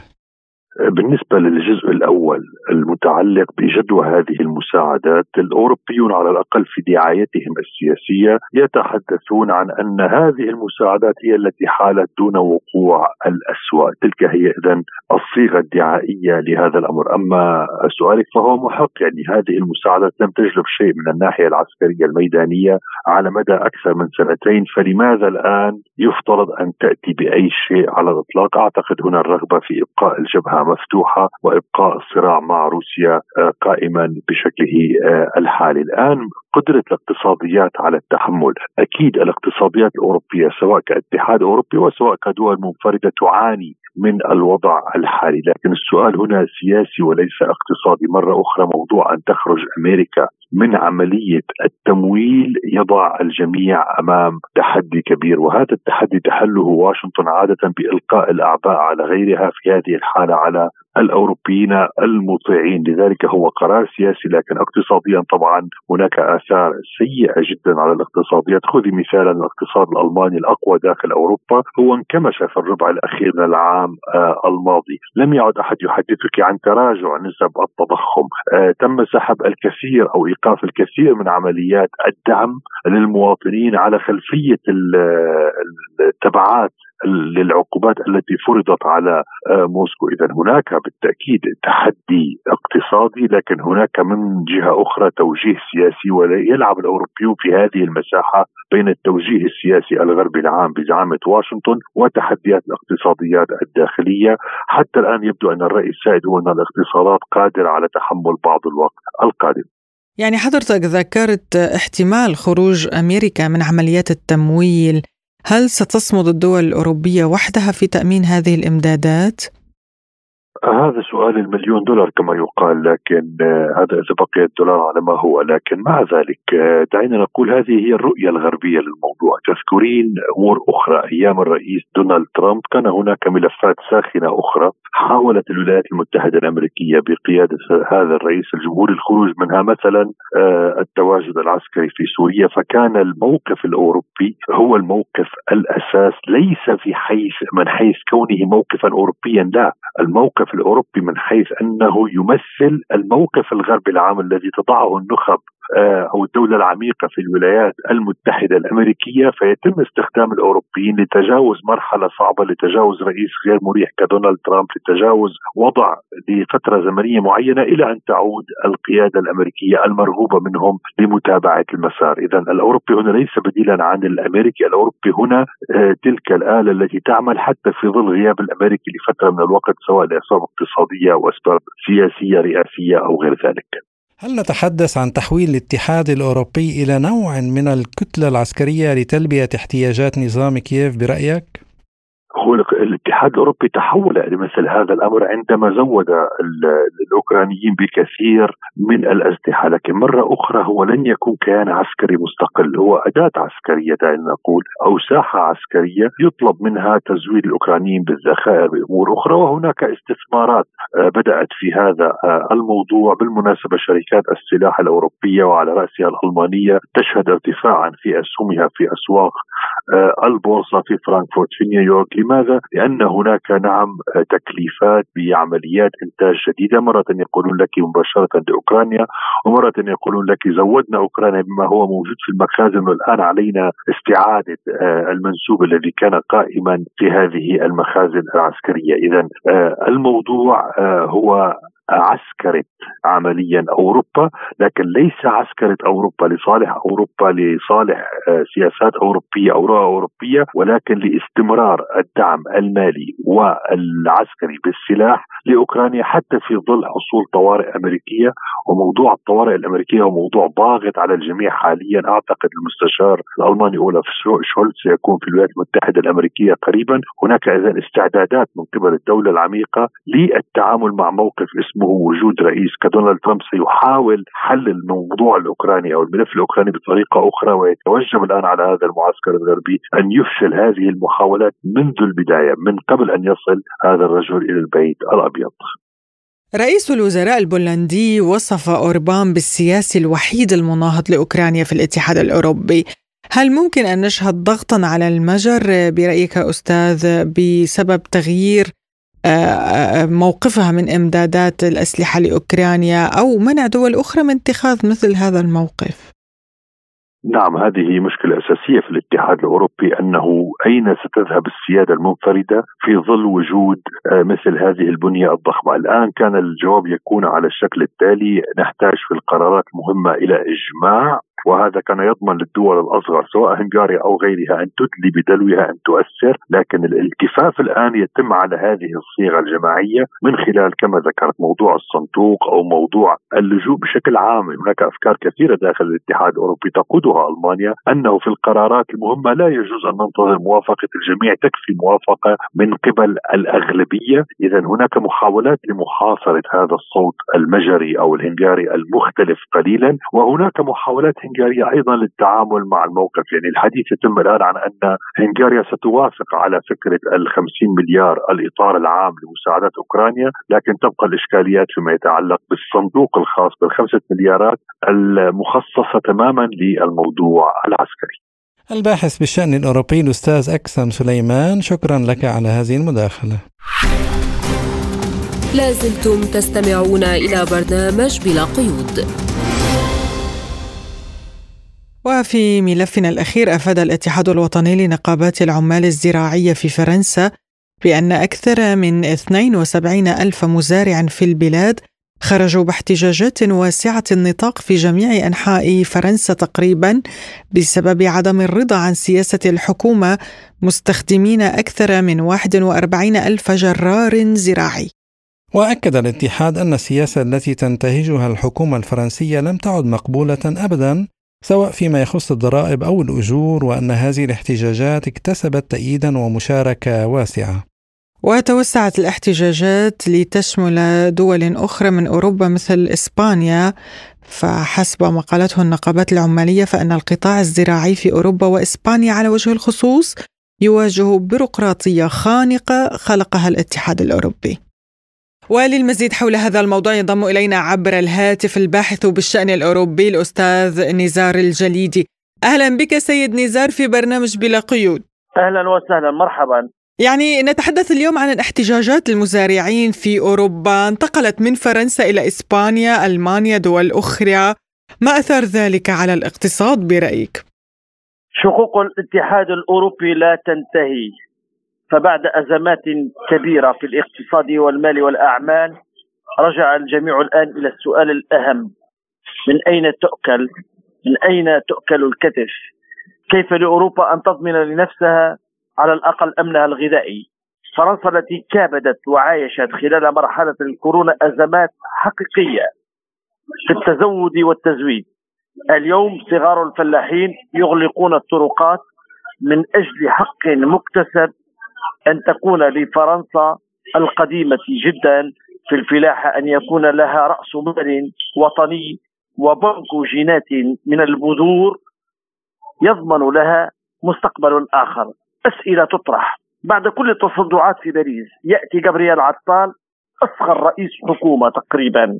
بالنسبة للجزء الأول المتعلق بجدوى هذه المساعدات، الأوروبيون على الأقل في دعايتهم السياسية يتحدثون عن أن هذه المساعدات هي التي حالت دون وقوع الأسوأ. تلك هي إذن الصيغة الدعائية لهذا الأمر. أما سؤالك فهو محق، يعني هذه المساعدات لم تجلب شيء من الناحية العسكرية الميدانية على مدى أكثر من سنتين، فلماذا الآن يفترض أن تأتي بأي شيء على الإطلاق؟ أعتقد هنا الرغبة في إبقاء الجبهة مفتوحة وإبقاء الصراع مع روسيا قائما بشكله الحالي. الآن قدرة الاقتصاديات على التحمل، أكيد الاقتصاديات الأوروبية سواء كاتحاد أوروبي وسواء كدول منفردة تعاني من الوضع الحالي، لكن السؤال هنا سياسي وليس اقتصادي. مرة أخرى موضوع أن تخرج أمريكا من عملية التمويل يضع الجميع أمام تحدي كبير، وهذا التحدي تحله واشنطن عادة بإلقاء الأعباء على غيرها، في هذه الحالة على الأوروبيين المطيعين. لذلك هو قرار سياسي، لكن اقتصاديا طبعا هناك آثار سيئة جدا على الاقتصاديات. خذي مثالا الاقتصاد الألماني الأقوى داخل أوروبا هو انكمش في الربع الأخير من العام آه الماضي. لم يعد أحد يحدثك عن تراجع نسب التضخم. آه تم سحب الكثير أو إيقاف الكثير من عمليات الدعم للمواطنين على خلفية التبعات للعقوبات التي فرضت على موسكو. إذن هناك بالتأكيد تحدي اقتصادي، لكن هناك من جهة أخرى توجيه سياسي، ويلعب الأوروبيون في هذه المساحة بين التوجيه السياسي الغربي العام بزعامة واشنطن وتحديات الاقتصاديات الداخلية. حتى الآن يبدو أن الرأي السائد هو أن الاقتصادات قادرة على تحمل بعض الوقت القادم. يعني حضرتك ذكرت احتمال خروج أمريكا من عمليات التمويل، هل ستصمد الدول الأوروبية وحدها في تأمين هذه الإمدادات؟ هذا سؤال المليون دولار كما يقال، لكن هذا إذا بقي الدولار على ما هو. لكن مع ذلك دعينا نقول هذه هي الرؤية الغربية للموضوع. تذكرين أمور أخرى أيام الرئيس دونالد ترامب كان هناك ملفات ساخنة أخرى حاولت الولايات المتحدة الأمريكية بقيادة هذا الرئيس الجمهوري الخروج منها، مثلا التواجد العسكري في سوريا. فكان الموقف الأوروبي هو الموقف الأساس، ليس في حيث من حيث كونه موقفا أوروبيا، لا، الموقف الأوروبي من حيث أنه يمثل الموقف الغربي العام الذي تضعه النخب أو الدولة العميقة في الولايات المتحدة الأمريكية. فيتم استخدام الأوروبيين لتجاوز مرحلة صعبة، لتجاوز رئيس غير مريح كدونالد ترامب، لتجاوز وضع لفترة زمنية معينة إلى أن تعود القيادة الأمريكية المرغوبة منهم لمتابعة المسار. إذن الأوروبي هنا ليس بديلا عن الأمريكي، الأوروبي هنا تلك الآلة التي تعمل حتى في ظل غياب الأمريكي لفترة من الوقت، سواء لأسباب اقتصادية أو أسباب سياسية رئاسية أو غير ذلك. هل نتحدث عن تحويل الاتحاد الأوروبي إلى نوع من الكتلة العسكرية لتلبية احتياجات نظام كييف برأيك؟ هو الاتحاد الأوروبي تحول لمثل هذا الأمر عندما زود الأوكرانيين بكثير من الأسلحة، لكن مرة أخرى هو لن يكون كيان عسكري مستقل، هو أداة عسكرية دعنا نقول أو ساحة عسكرية يطلب منها تزويد الأوكرانيين بالذخائر بأمور أخرى. وهناك استثمارات بدأت في هذا الموضوع. بالمناسبة شركات السلاح الأوروبية وعلى رأسها الألمانية تشهد ارتفاعا في أسهمها في أسواق البورصة في فرانكفورت في نيويورك. لماذا؟ لأن هناك نعم تكليفات بعمليات إنتاج جديدة، مرة يقولون لك مباشرة لأوكرانيا، ومرة يقولون لك زودنا أوكرانيا بما هو موجود في المخازن، والآن علينا استعادة المنسوب الذي كان قائما في هذه المخازن العسكرية. إذن الموضوع هو عسكرة عمليا أوروبا، لكن ليس عسكرة أوروبا لصالح أوروبا لصالح سياسات أوروبية أو رؤى أوروبية، ولكن لاستمرار الدعم المالي والعسكري بالسلاح لأوكرانيا حتى في ظل حصول طوارئ أمريكية. وموضوع الطوارئ الأمريكية هو موضوع ضاغط على الجميع حاليا. أعتقد المستشار الألماني أولاف شولتز سيكون في الولايات المتحدة الأمريكية قريبا. هناك إذن استعدادات من قبل الدولة العميقة للتعامل مع موقف اسمه وجود رئيس كدونالد ترامب سيحاول حل الموضوع الأوكراني أو الملف الأوكراني بطريقة أخرى، ويتوجب الآن على هذا المعسكر الغربي أن يفشل هذه المحاولات منذ البداية من قبل أن يصل هذا الرجل إلى البيت الأبيض. رئيس الوزراء البولندي وصف أوربان بالسياسي الوحيد المناهض لأوكرانيا في الاتحاد الأوروبي. هل ممكن أن نشهد ضغطا على المجر برأيك أستاذ بسبب تغيير موقفها من إمدادات الأسلحة لأوكرانيا أو منع دول أخرى من اتخاذ مثل هذا الموقف؟ نعم، هذه مشكلة أساسية في الاتحاد الأوروبي، أنه أين ستذهب السيادة المنفردة في ظل وجود مثل هذه البنية الضخمة. الآن كان الجواب يكون على الشكل التالي: نحتاج في القرارات مهمة إلى إجماع، وهذا كان يضمن للدول الأصغر سواء هنغاريا أو غيرها أن تدلي بدلوها أن تؤثر. لكن الالتفاف الآن يتم على هذه الصيغة الجماعية من خلال كما ذكرت موضوع الصندوق أو موضوع اللجوء بشكل عام. هناك أفكار كثيرة داخل الاتحاد الأوروبي تقودها ألمانيا، أنه في القرارات المهمة لا يجوز أن ننتظر موافقة الجميع، تكفي موافقة من قبل الأغلبية. إذا هناك محاولات لمحاصرة هذا الصوت المجري أو الهنغاري المختلف قليلا، وهناك محاولات هنغاريا أيضا للتعامل مع الموقف. يعني الحديث يتم الآن عن أن هنغاريا ستوافق على فكرة الخمسين مليار الإطار العام لمساعدة أوكرانيا، لكن تبقى الإشكاليات فيما يتعلق بالصندوق الخاص بالخمسة مليارات المخصصة تماما للموضوع العسكري. الباحث بالشأن الأوروبي الأستاذ أكسم سليمان، شكرا لك على هذه المداخلة. لازلتم تستمعون إلى برنامج بلا قيود. وفي ملفنا الأخير، أفاد الاتحاد الوطني لنقابات العمال الزراعية في فرنسا بأن أكثر من اثنين وسبعين ألف مزارع في البلاد خرجوا باحتجاجات واسعة النطاق في جميع أنحاء فرنسا تقريبا بسبب عدم الرضا عن سياسة الحكومة، مستخدمين أكثر من واحد وأربعين ألف جرار زراعي. وأكد الاتحاد أن السياسة التي تنتهجها الحكومة الفرنسية لم تعد مقبولة أبدا، سواء فيما يخص الضرائب أو الأجور، وأن هذه الاحتجاجات اكتسبت تأييدا ومشاركة واسعة. وتوسعت الاحتجاجات لتشمل دول أخرى من أوروبا مثل إسبانيا، فحسب ما قالته النقابات العمالية فإن القطاع الزراعي في أوروبا وإسبانيا على وجه الخصوص يواجه بيروقراطية خانقة خلقها الاتحاد الأوروبي. وللمزيد حول هذا الموضوع ينضم إلينا عبر الهاتف الباحث بالشأن الأوروبي الأستاذ نزار الجليدي. أهلا بك سيد نزار في برنامج بلا قيود. أهلا وسهلا، مرحبا. يعني نتحدث اليوم عن الاحتجاجات المزارعين في أوروبا، انتقلت من فرنسا إلى إسبانيا، ألمانيا، دول أخرى. ما أثر ذلك على الاقتصاد برأيك؟ شقوق الاتحاد الأوروبي لا تنتهي، فبعد أزمات كبيرة في الاقتصاد والمال والأعمال رجع الجميع الآن إلى السؤال الأهم: من أين تؤكل؟ من أين تؤكل الكتف؟ كيف لأوروبا أن تضمن لنفسها على الأقل أمنها الغذائي؟ فرنسا التي كابدت وعايشت خلال مرحلة الكورونا أزمات حقيقية في التزود والتزويد، اليوم صغار الفلاحين يغلقون الطرقات من أجل حق مكتسب أن تكون لفرنسا القديمة جدا في الفلاحة أن يكون لها رأس مال وطني وبنك جينات من البذور يضمن لها مستقبل آخر. أسئلة تطرح بعد كل التصدعات في باريس. يأتي جابرييل عطال أصغر رئيس حكومة تقريبا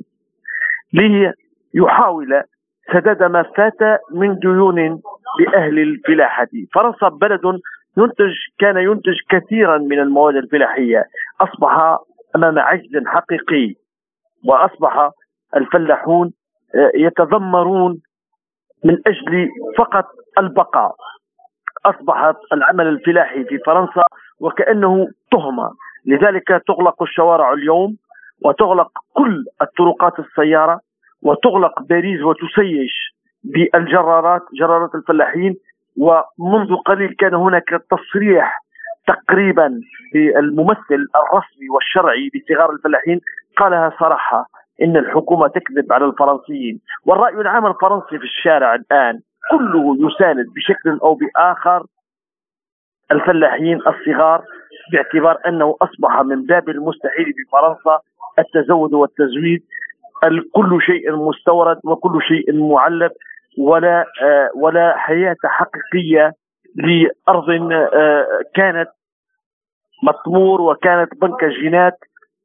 ليحاول سداد ما فات من ديون بأهل الفلاحة. فرنسا بلد ينتج كان ينتج كثيرا من المواد الفلاحية، أصبح أمام عجز حقيقي، وأصبح الفلاحون يتذمرون من أجل فقط البقاء. أصبحت العمل الفلاحي في فرنسا وكأنه تهمة، لذلك تغلق الشوارع اليوم وتغلق كل الطرقات السيارة، وتغلق باريس وتسيش بالجرارات جرارات الفلاحين. ومنذ قليل كان هناك تصريح تقريبا بالممثل الرسمي والشرعي بصغار الفلاحين، قالها صراحة إن الحكومة تكذب على الفرنسيين. والرأي العام الفرنسي في الشارع الآن كله يساند بشكل أو بآخر الفلاحين الصغار، باعتبار أنه أصبح من باب المستحيل بفرنسا التزود والتزويد، كل شيء مستورد وكل شيء معلب، ولا ولا حياة حقيقية لأرض كانت مطمور وكانت بنك جينات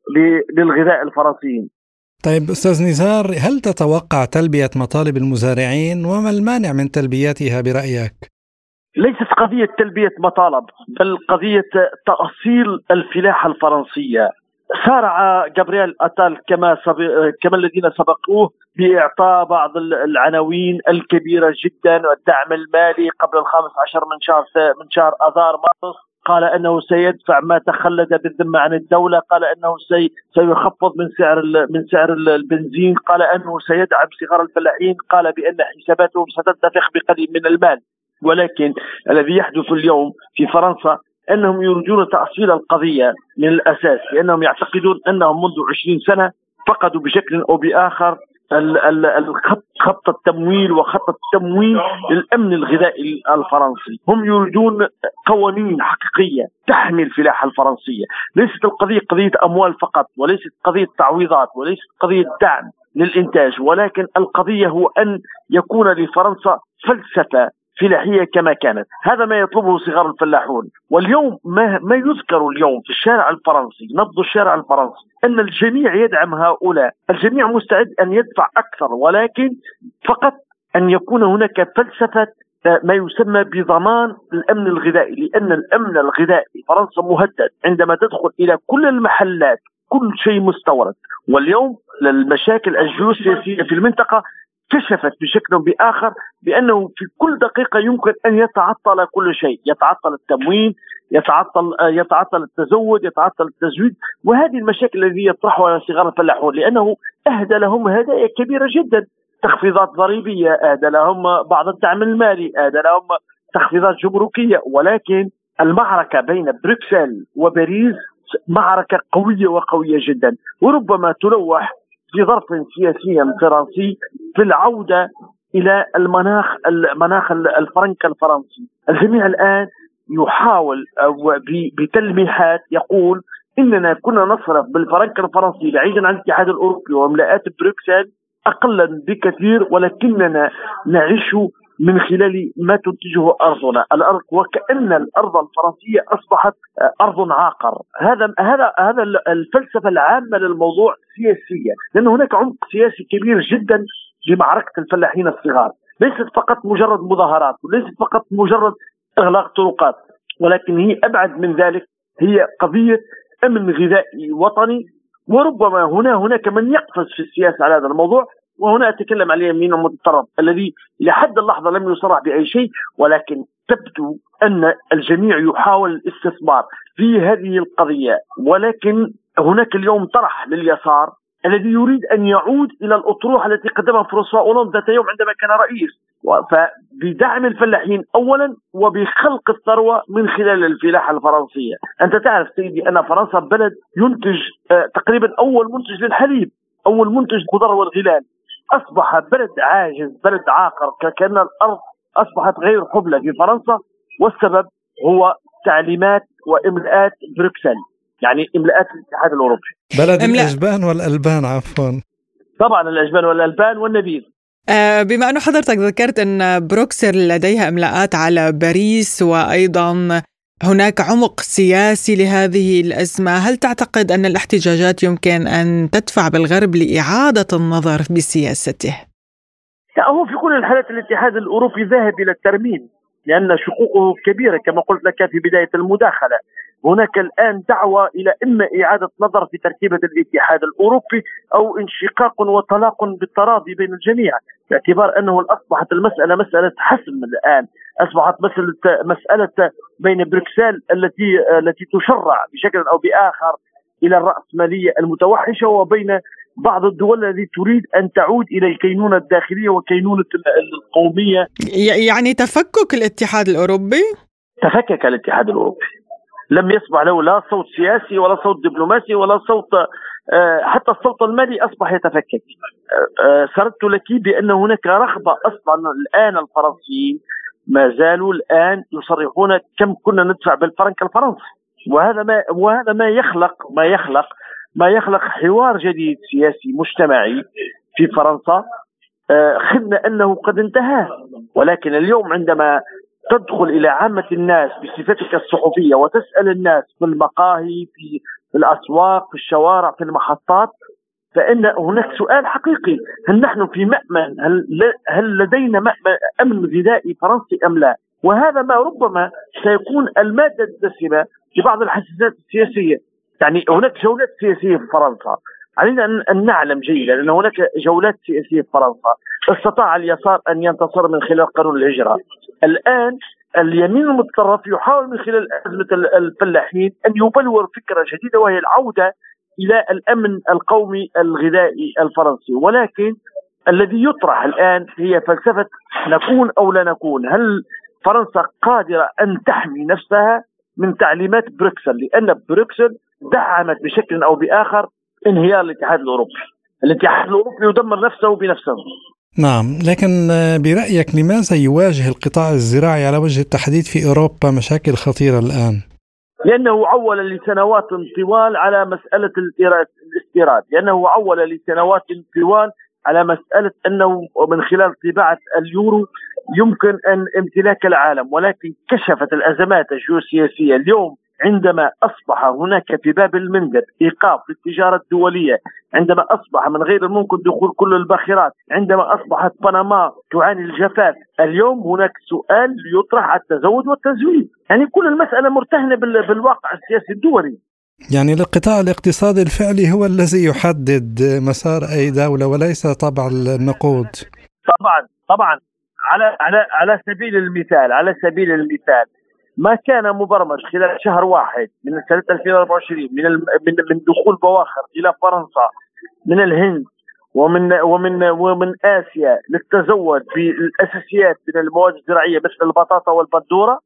للغذاء الفرنسيين. طيب أستاذ نزار، هل تتوقع تلبية مطالب المزارعين، وما المانع من تلبيتها برأيك؟ ليست قضية تلبية مطالب، بل قضية تأصيل الفلاحة الفرنسية. سارع جابرييل أتال كما سبق كما الذين سبقوه بإعطاء بعض العناوين الكبيرة جدا والدعم المالي قبل الخامس عشر من شهر من شهر آذار مارس. قال أنه سيدفع ما تخلد بالذمة عن الدولة، قال أنه سي سيخفض من سعر من سعر البنزين، قال أنه سيدعم صغار الفلاحين، قال بأن حساباتهم ستنتفخ بقليل من المال. ولكن الذي يحدث اليوم في فرنسا أنهم يريدون تأصيل القضية من الأساس، لأنهم يعتقدون أنهم منذ عشرين سنة فقدوا بشكل أو بآخر الخط خط التمويل وخط التمويل للأمن الغذائي الفرنسي. هم يريدون قوانين حقيقية تحمي الفلاحة الفرنسية. ليست القضية قضية أموال فقط، وليست قضية تعويضات، وليست قضية دعم للإنتاج، ولكن القضية هو أن يكون لفرنسا فلسفة فلاحية كما كانت. هذا ما يطلبه صغار الفلاحون. واليوم ما, ما يذكر اليوم في الشارع الفرنسي، نبض الشارع الفرنسي، أن الجميع يدعم هؤلاء، الجميع مستعد أن يدفع أكثر، ولكن فقط أن يكون هناك فلسفة ما يسمى بضمان الأمن الغذائي، لأن الأمن الغذائي في فرنسا مهدد. عندما تدخل إلى كل المحلات كل شيء مستورد. واليوم المشاكل الجيوسياسية في المنطقة كشفت بشكل بآخر بأنه في كل دقيقة يمكن أن يتعطل كل شيء، يتعطل التموين، يتعطل يتعطل التزود، يتعطل التزويد. وهذه المشاكل التي يطرحها صغار الفلاحون، لأنه أهدى لهم هدايا كبيرة جدا، تخفيضات ضريبية، أهدى لهم بعض الدعم المالي، أهدى لهم تخفيضات جمركية. ولكن المعركة بين بروكسل وباريس معركة قوية وقوية جدا، وربما تلوح في ظرف سياسي فرنسي في العودة إلى المناخ المناخ الفرنك الفرنسي. الجميع الآن يحاول بتلميحات يقول إننا كنا نصرف بالفرنك الفرنسي بعيدا عن الاتحاد الأوروبي وملاءات بروكسل أقلا بكثير، ولكننا نعيش من خلال ما تنتجه أرضنا الأرض، وكأن الأرض الفرنسية أصبحت أرض عاقر. هذا هذا هذا الفلسفة العامة للموضوع سياسية، لأن هناك عمق سياسي كبير جدا لمعركة الفلاحين الصغار. ليست فقط مجرد مظاهرات، وليست فقط مجرد إغلاق طرقات، ولكن هي أبعد من ذلك، هي قضية أمن غذائي وطني. وربما هنا هناك من يقفز في السياسة على هذا الموضوع، وهنا أتكلم عن اليمين المتطرف الذي لحد اللحظة لم يصرح بأي شيء، ولكن تبدو أن الجميع يحاول الاستثمار في هذه القضية. ولكن هناك اليوم طرح لليسار الذي يريد أن يعود إلى الأطروحة التي قدمها فرانسوا أولاند ذات يوم عندما كان رئيس، فبدعم الفلاحين أولا وبخلق الثروة من خلال الفلاحة الفرنسية. أنت تعرف سيدي أن فرنسا بلد ينتج تقريبا أول منتج للحليب، أول منتج خضار والغلال. أصبح بلد عاجز، بلد عاقر، كأن الأرض أصبحت غير حبلى في فرنسا، والسبب هو تعليمات وإملاءات بروكسل، يعني إملاءات الاتحاد الأوروبي. بلد الأجبان والألبان، عفوا. طبعا الأجبان والألبان والنبيذ. آه بما أنه حضرتك ذكرت أن بروكسل لديها إملاءات على باريس، وأيضا هناك عمق سياسي لهذه الأزمة، هل تعتقد أن الاحتجاجات يمكن أن تدفع بالغرب لإعادة النظر بسياسته؟ هو في كل الحالات الاتحاد الأوروبي ذاهب إلى الترميم، لأن شقوقه كبيرة كما قلت لك في بداية المداخلة. هناك الآن دعوة إلى إما إعادة نظر في تركيبة الاتحاد الأوروبي أو انشقاق وطلاق بالتراضي بين الجميع، باعتبار أنه أصبحت المسألة مسألة حسم الآن، أصبحت مسألة مسألة بين بروكسل التي التي تشرع بشكل أو بآخر إلى الرأسمالية المتوحشة وبين بعض الدول التي تريد أن تعود إلى الكينونة الداخلية وكينونة القومية. يعني تفكك الاتحاد الأوروبي؟ تفكك الاتحاد الأوروبي، لم يصبح له لا صوت سياسي ولا صوت دبلوماسي ولا صوت، حتى الصوت المالي أصبح يتفكك. سردت لك بأن هناك رغبة أصلا الآن، الفرنسيين ما زالوا الآن يصرحون كم كنا ندفع بالفرنك الفرنسي، وهذا ما وهذا ما يخلق ما يخلق ما يخلق حوار جديد سياسي مجتمعي في فرنسا. خذنا أنه قد انتهى، ولكن اليوم عندما تدخل إلى عامة الناس بصفتك الصحفية وتسأل الناس في المقاهي، في الأسواق، في الشوارع، في المحطات، فإن هناك سؤال حقيقي: هل نحن في مأمن؟ هل هل لدينا مأمن أمن غذائي فرنسي أم لا؟ وهذا ما ربما سيكون المادة الدسمة لبعض الحساسات السياسية. يعني هناك جولات سياسية في فرنسا، علينا أن نعلم جيدا أن هناك جولات سياسية في فرنسا. استطاع اليسار أن ينتصر من خلال قانون الهجرة. الآن اليمين المتطرف يحاول من خلال أزمة الفلاحين أن يبلور فكرة جديدة، وهي العودة إلى الأمن القومي الغذائي الفرنسي. ولكن الذي يطرح الآن هي فلسفة نكون أو لا نكون. هل فرنسا قادرة أن تحمي نفسها من تعليمات بروكسل؟ لأن بروكسل دعمت بشكل أو بآخر انهيار الاتحاد الأوروبي. الاتحاد الأوروبي يدمر نفسه بنفسه. نعم، لكن برأيك لماذا يواجه القطاع الزراعي على وجه التحديد في أوروبا مشاكل خطيرة الآن؟ لأنه عول لسنوات طوال على مسألة الاستيراد، لأنه عول لسنوات طوال على مسألة أنه من خلال طباعة اليورو يمكن أن امتلاك العالم. ولكن كشفت الأزمات الجيوسياسية اليوم عندما أصبح هناك في باب المندب إيقاف للتجارة الدولية، عندما أصبح من غير الممكن دخول كل الباخرات، عندما أصبحت بنما تعاني الجفاف. اليوم هناك سؤال يطرح على التزود والتزويد. يعني كل المسألة مرتهنة بالواقع السياسي الدولي. يعني القطاع الاقتصادي الفعلي هو الذي يحدد مسار أي دولة وليس طبع النقود. طبعا طبعا على على على سبيل المثال على سبيل المثال ما كان مبرمج خلال شهر واحد من سنة ألفين وأربعة وعشرين من من من دخول بواخر إلى فرنسا من الهند ومن ومن ومن آسيا للتزود بالأساسيات من المواد الزراعية مثل البطاطا والبندورة،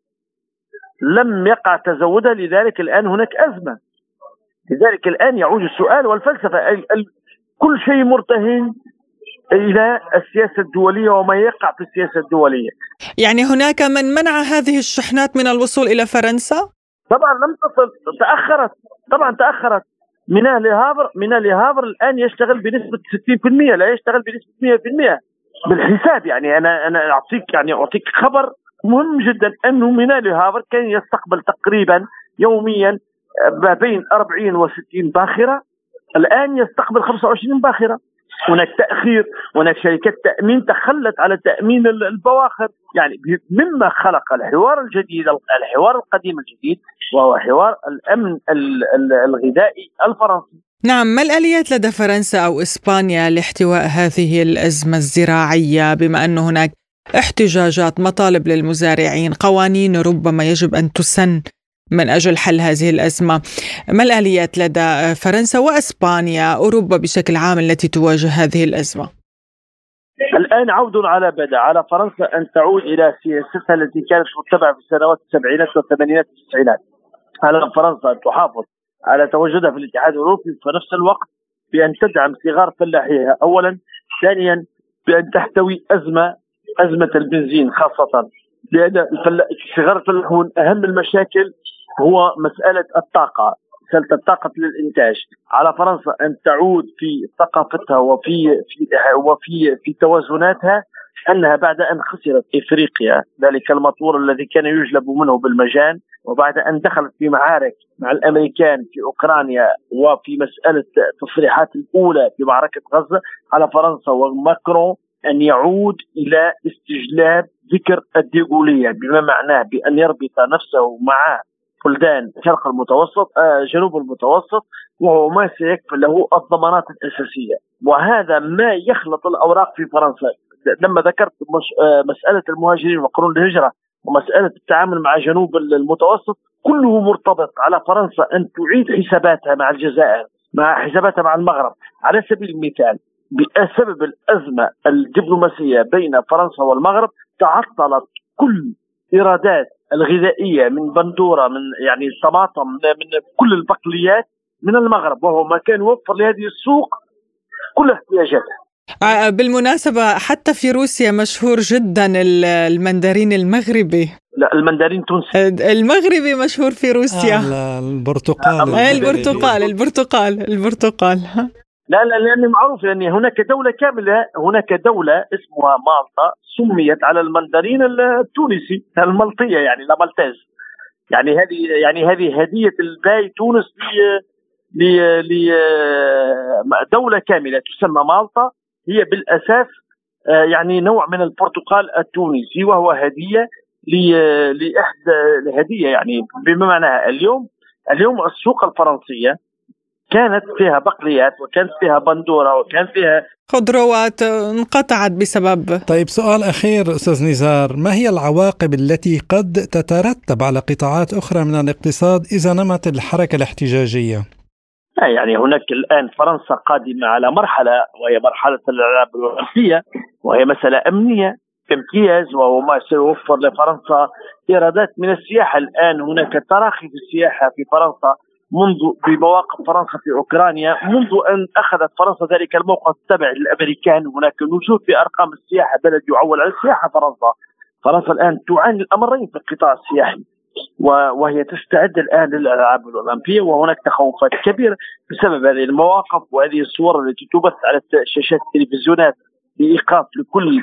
لم يقع تزودها. لذلك الآن هناك أزمة. لذلك الآن يعود السؤال والفلسفة، كل شيء مرتهن إلى السياسة الدولية وما يقع في السياسة الدولية. يعني هناك من منع هذه الشحنات من الوصول إلى فرنسا؟ طبعا لم تصل، تأخرت. طبعا تأخرت. ميناء لي هافر ميناء لي هافر الآن يشتغل بنسبة ستين بالمئة، لا يشتغل بنسبة مئة بالمئة بالحساب. يعني أنا أنا أعطيك يعني أعطيك خبر مهم جدا، أنه ميناء لي هافر كان يستقبل تقريبا يوميا ما بين أربعين وستين باخرة، الآن يستقبل خمسة وعشرين باخرة. هناك تأخير، هناك شركات تأمين تخلت على تأمين البواخر. يعني مما خلق الحوار الجديد، الحوار القديم الجديد، وهو حوار الأمن الغذائي الفرنسي. نعم، ما الآليات لدى فرنسا أو إسبانيا لاحتواء هذه الأزمة الزراعية، بما أن هناك احتجاجات، مطالب للمزارعين، قوانين ربما يجب أن تسن من أجل حل هذه الأزمة؟ ما الآليات لدى فرنسا وأسبانيا، أوروبا بشكل عام، التي تواجه هذه الأزمة؟ الآن عود على بدء على فرنسا أن تعود إلى سياستها التي كانت متبعة في السنوات السبعينات والثمانينات والتسعينات. على فرنسا أن تحافظ على تواجدها في الاتحاد الأوروبي، في نفس الوقت بأن تدعم صغار فلاحيها أولا، ثانيا بأن تحتوي أزمة أزمة البنزين خاصة، لأن صغار الفلاحون أهم المشاكل هو مسألة الطاقة، مسألة الطاقة للإنتاج. على فرنسا أن تعود في ثقافتها وفي في وفي في توازناتها، أنها بعد أن خسرت إفريقيا ذلك المطور الذي كان يجلب منه بالمجان، وبعد أن دخلت في معارك مع الأمريكان في أوكرانيا وفي مسألة التصريحات الأولى في معركة غزة، على فرنسا وماكرون أن يعود إلى استجلاب ذكر الديغولية، بما معناه بأن يربط نفسه مع بلدان شرق المتوسط آه جنوب المتوسط، وهو ما سيكفل له الضمانات الأساسية. وهذا ما يخلط الأوراق في فرنسا. لما ذكرت مش آه مسألة المهاجرين وقانون الهجرة ومسألة التعامل مع جنوب المتوسط كله مرتبط على فرنسا أن تعيد حساباتها مع الجزائر، مع حساباتها مع المغرب. على سبيل المثال بسبب الأزمة الدبلوماسية بين فرنسا والمغرب تعطلت كل إيرادات الغذائية من بندورة، من يعني الطماطم، من كل البقليات من المغرب، وهو مكان يوفر لهذه السوق كل احتياجاتها. بالمناسبة حتى في روسيا مشهور جدا المندرين المغربي. لا، المندرين التونسي. المغربي مشهور في روسيا. آه البرتقال. آه البرتقال البرتقال البرتقال لا لا لأن معروف، لأن هناك دولة كاملة، هناك دولة اسمها مالطا سميت على المندرين التونسي الملطية، يعني لا مالتاز. يعني هذه يعني هذه هدية الباي تونس لدولة كاملة تسمى مالطا، هي بالأساس يعني نوع من البرتقال التونسي، وهو هدية لإحدى هدية يعني بمعنى اليوم اليوم السوق الفرنسية كانت فيها بقليات وكانت فيها بندورة وكان فيها خضروات انقطعت بسبب. طيب سؤال أخير أستاذ نزار، ما هي العواقب التي قد تترتب على قطاعات أخرى من الاقتصاد إذا نمت الحركة الاحتجاجية؟ يعني هناك الآن فرنسا قادمة على مرحلة، وهي مرحلة الألعاب الأولمبية، وهي مسألة أمنية بامتياز، وهو ما سيوفر لفرنسا إيرادات من السياحة. الآن هناك تراخي في السياحة في فرنسا منذ بمواقف فرنسا في أوكرانيا، منذ أن أخذت فرنسا ذلك الموقف التبع للأمريكان. هناك نزول في أرقام السياحة، بلد يعول على السياحة فرنسا. فرنسا الآن تعاني الأمرين في القطاع السياحي، وهي تستعد الآن للألعاب الأولمبية، وهناك تخوفات كبيرة بسبب هذه المواقف وهذه الصور التي تبث على شاشات التلفزيونات بإيقاف لكل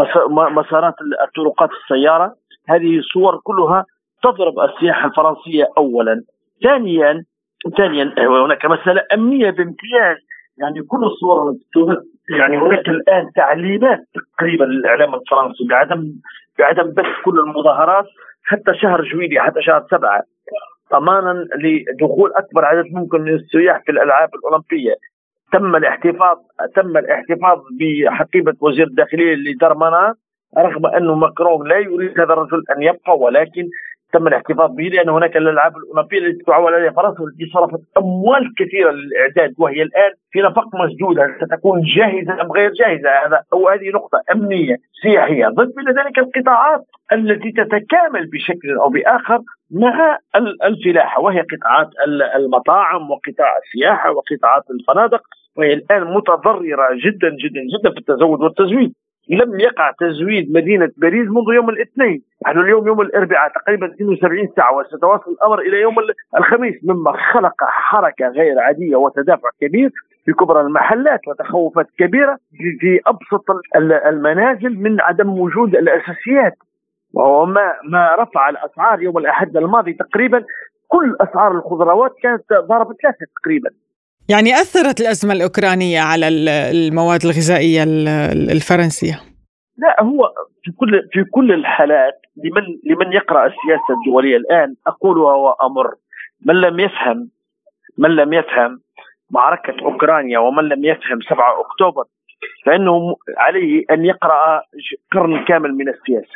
مسارات الطرقات السيارة. هذه الصور كلها تضرب السياحة الفرنسية أولا. ثانيا ثانيا هناك مسألة أمنية بامتياز، يعني كل الصور يعني هناك الآن تعليمات تقريبا للإعلام الفرنسي بعدم بعدم بث كل المظاهرات حتى شهر جويلية، حتى شهر سبعة، ضمانا لدخول أكبر عدد ممكن من السياح في الألعاب الأولمبية. تم الاحتفاظ تم الاحتفاظ بحقيبة وزير الداخلية لدرمانا، رغم أنه ماكرون لا يريد هذا الرجل أن يبقى، ولكن تم الاحتفاظ به لأن هناك الألعاب الأولمبية التي تعول عليها فرنسا والتي صرفت أموال كثيرة للإعداد، وهي الآن في نفق مسدود. هل ستكون جاهزة أم غير جاهزة؟ هذا أو هذه نقطة أمنية سياحية. ضد إلى ذلك القطاعات التي تتكامل بشكل أو بآخر مع الفلاحة، وهي قطاعات المطاعم وقطاع السياحة وقطاعات الفنادق، وهي الآن متضررة جدا جدا جدا في التزود والتزويد. لم يقع تزويد مدينة باريس منذ يوم الاثنين، نحن اليوم يوم الأربعاء تقريبا اثنين وسبعين ساعة، وستواصل الأمر إلى يوم الخميس، مما خلق حركة غير عادية وتدافع كبير في كبرى المحلات وتخوفات كبيرة في أبسط المنازل من عدم وجود الأساسيات، وهو ما ما رفع الأسعار. يوم الأحد الماضي تقريبا كل أسعار الخضروات كانت ضربت ثلاثة تقريبا. يعني أثرت الأزمة الأوكرانية على المواد الغذائية الفرنسية؟ لا، هو في كل في كل الحالات لمن لمن يقرأ السياسة الدولية الآن أقولها وأمر، من لم يفهم من لم يفهم معركة أوكرانيا ومن لم يفهم سبعة أكتوبر فإنه عليه أن يقرأ قرن كامل من السياسة.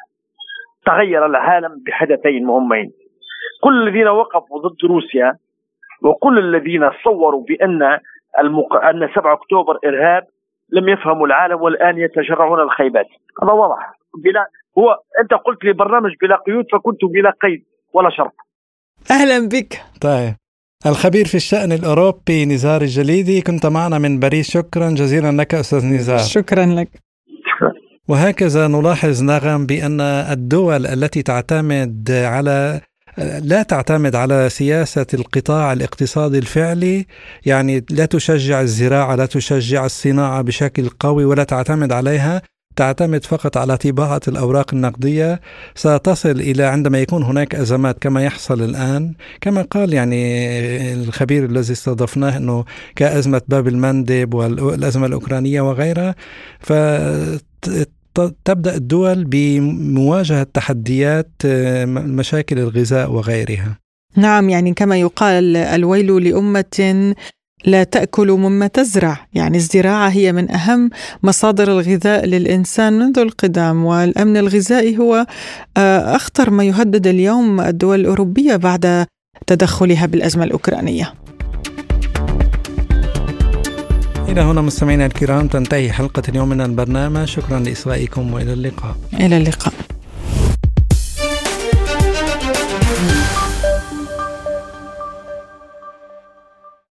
تغير العالم بحدثين مهمين: كل الذين وقفوا ضد روسيا وكل الذين صوروا بأن المق... أن سبعة أكتوبر إرهاب لم يفهموا العالم، والآن يتجرعون الخيبات. هذا واضح. بلا هو أنت قلت لي برنامج بلا قيود، فكنت بلا قيد ولا شرط. أهلا بك. طيب، الخبير في الشأن الأوروبي نزار الجليدي، كنت معنا من باريس. شكرا جزيلا لك أستاذ نزار. شكرا لك. وهكذا نلاحظ نغم بأن الدول التي تعتمد على لا تعتمد على سياسة القطاع الاقتصادي الفعلي، يعني لا تشجع الزراعة، لا تشجع الصناعة بشكل قوي ولا تعتمد عليها، تعتمد فقط على طباعة الأوراق النقدية، ستصل إلى عندما يكون هناك أزمات كما يحصل الآن، كما قال يعني الخبير الذي استضفناه أنه كأزمة باب المندب والأزمة الأوكرانية وغيرها، ف تبدأ الدول بمواجهة تحديات مشاكل الغذاء وغيرها. نعم، يعني كما يقال الويل لأمة لا تأكل مما تزرع، يعني الزراعة هي من أهم مصادر الغذاء للإنسان منذ القدم، والأمن الغذائي هو أخطر ما يهدد اليوم الدول الأوروبية بعد تدخلها بالأزمة الأوكرانية. إلى هنا مستمعينا الكرام تنتهي حلقة اليوم من البرنامج. شكرا لإصغائكم وإلى اللقاء. إلى اللقاء.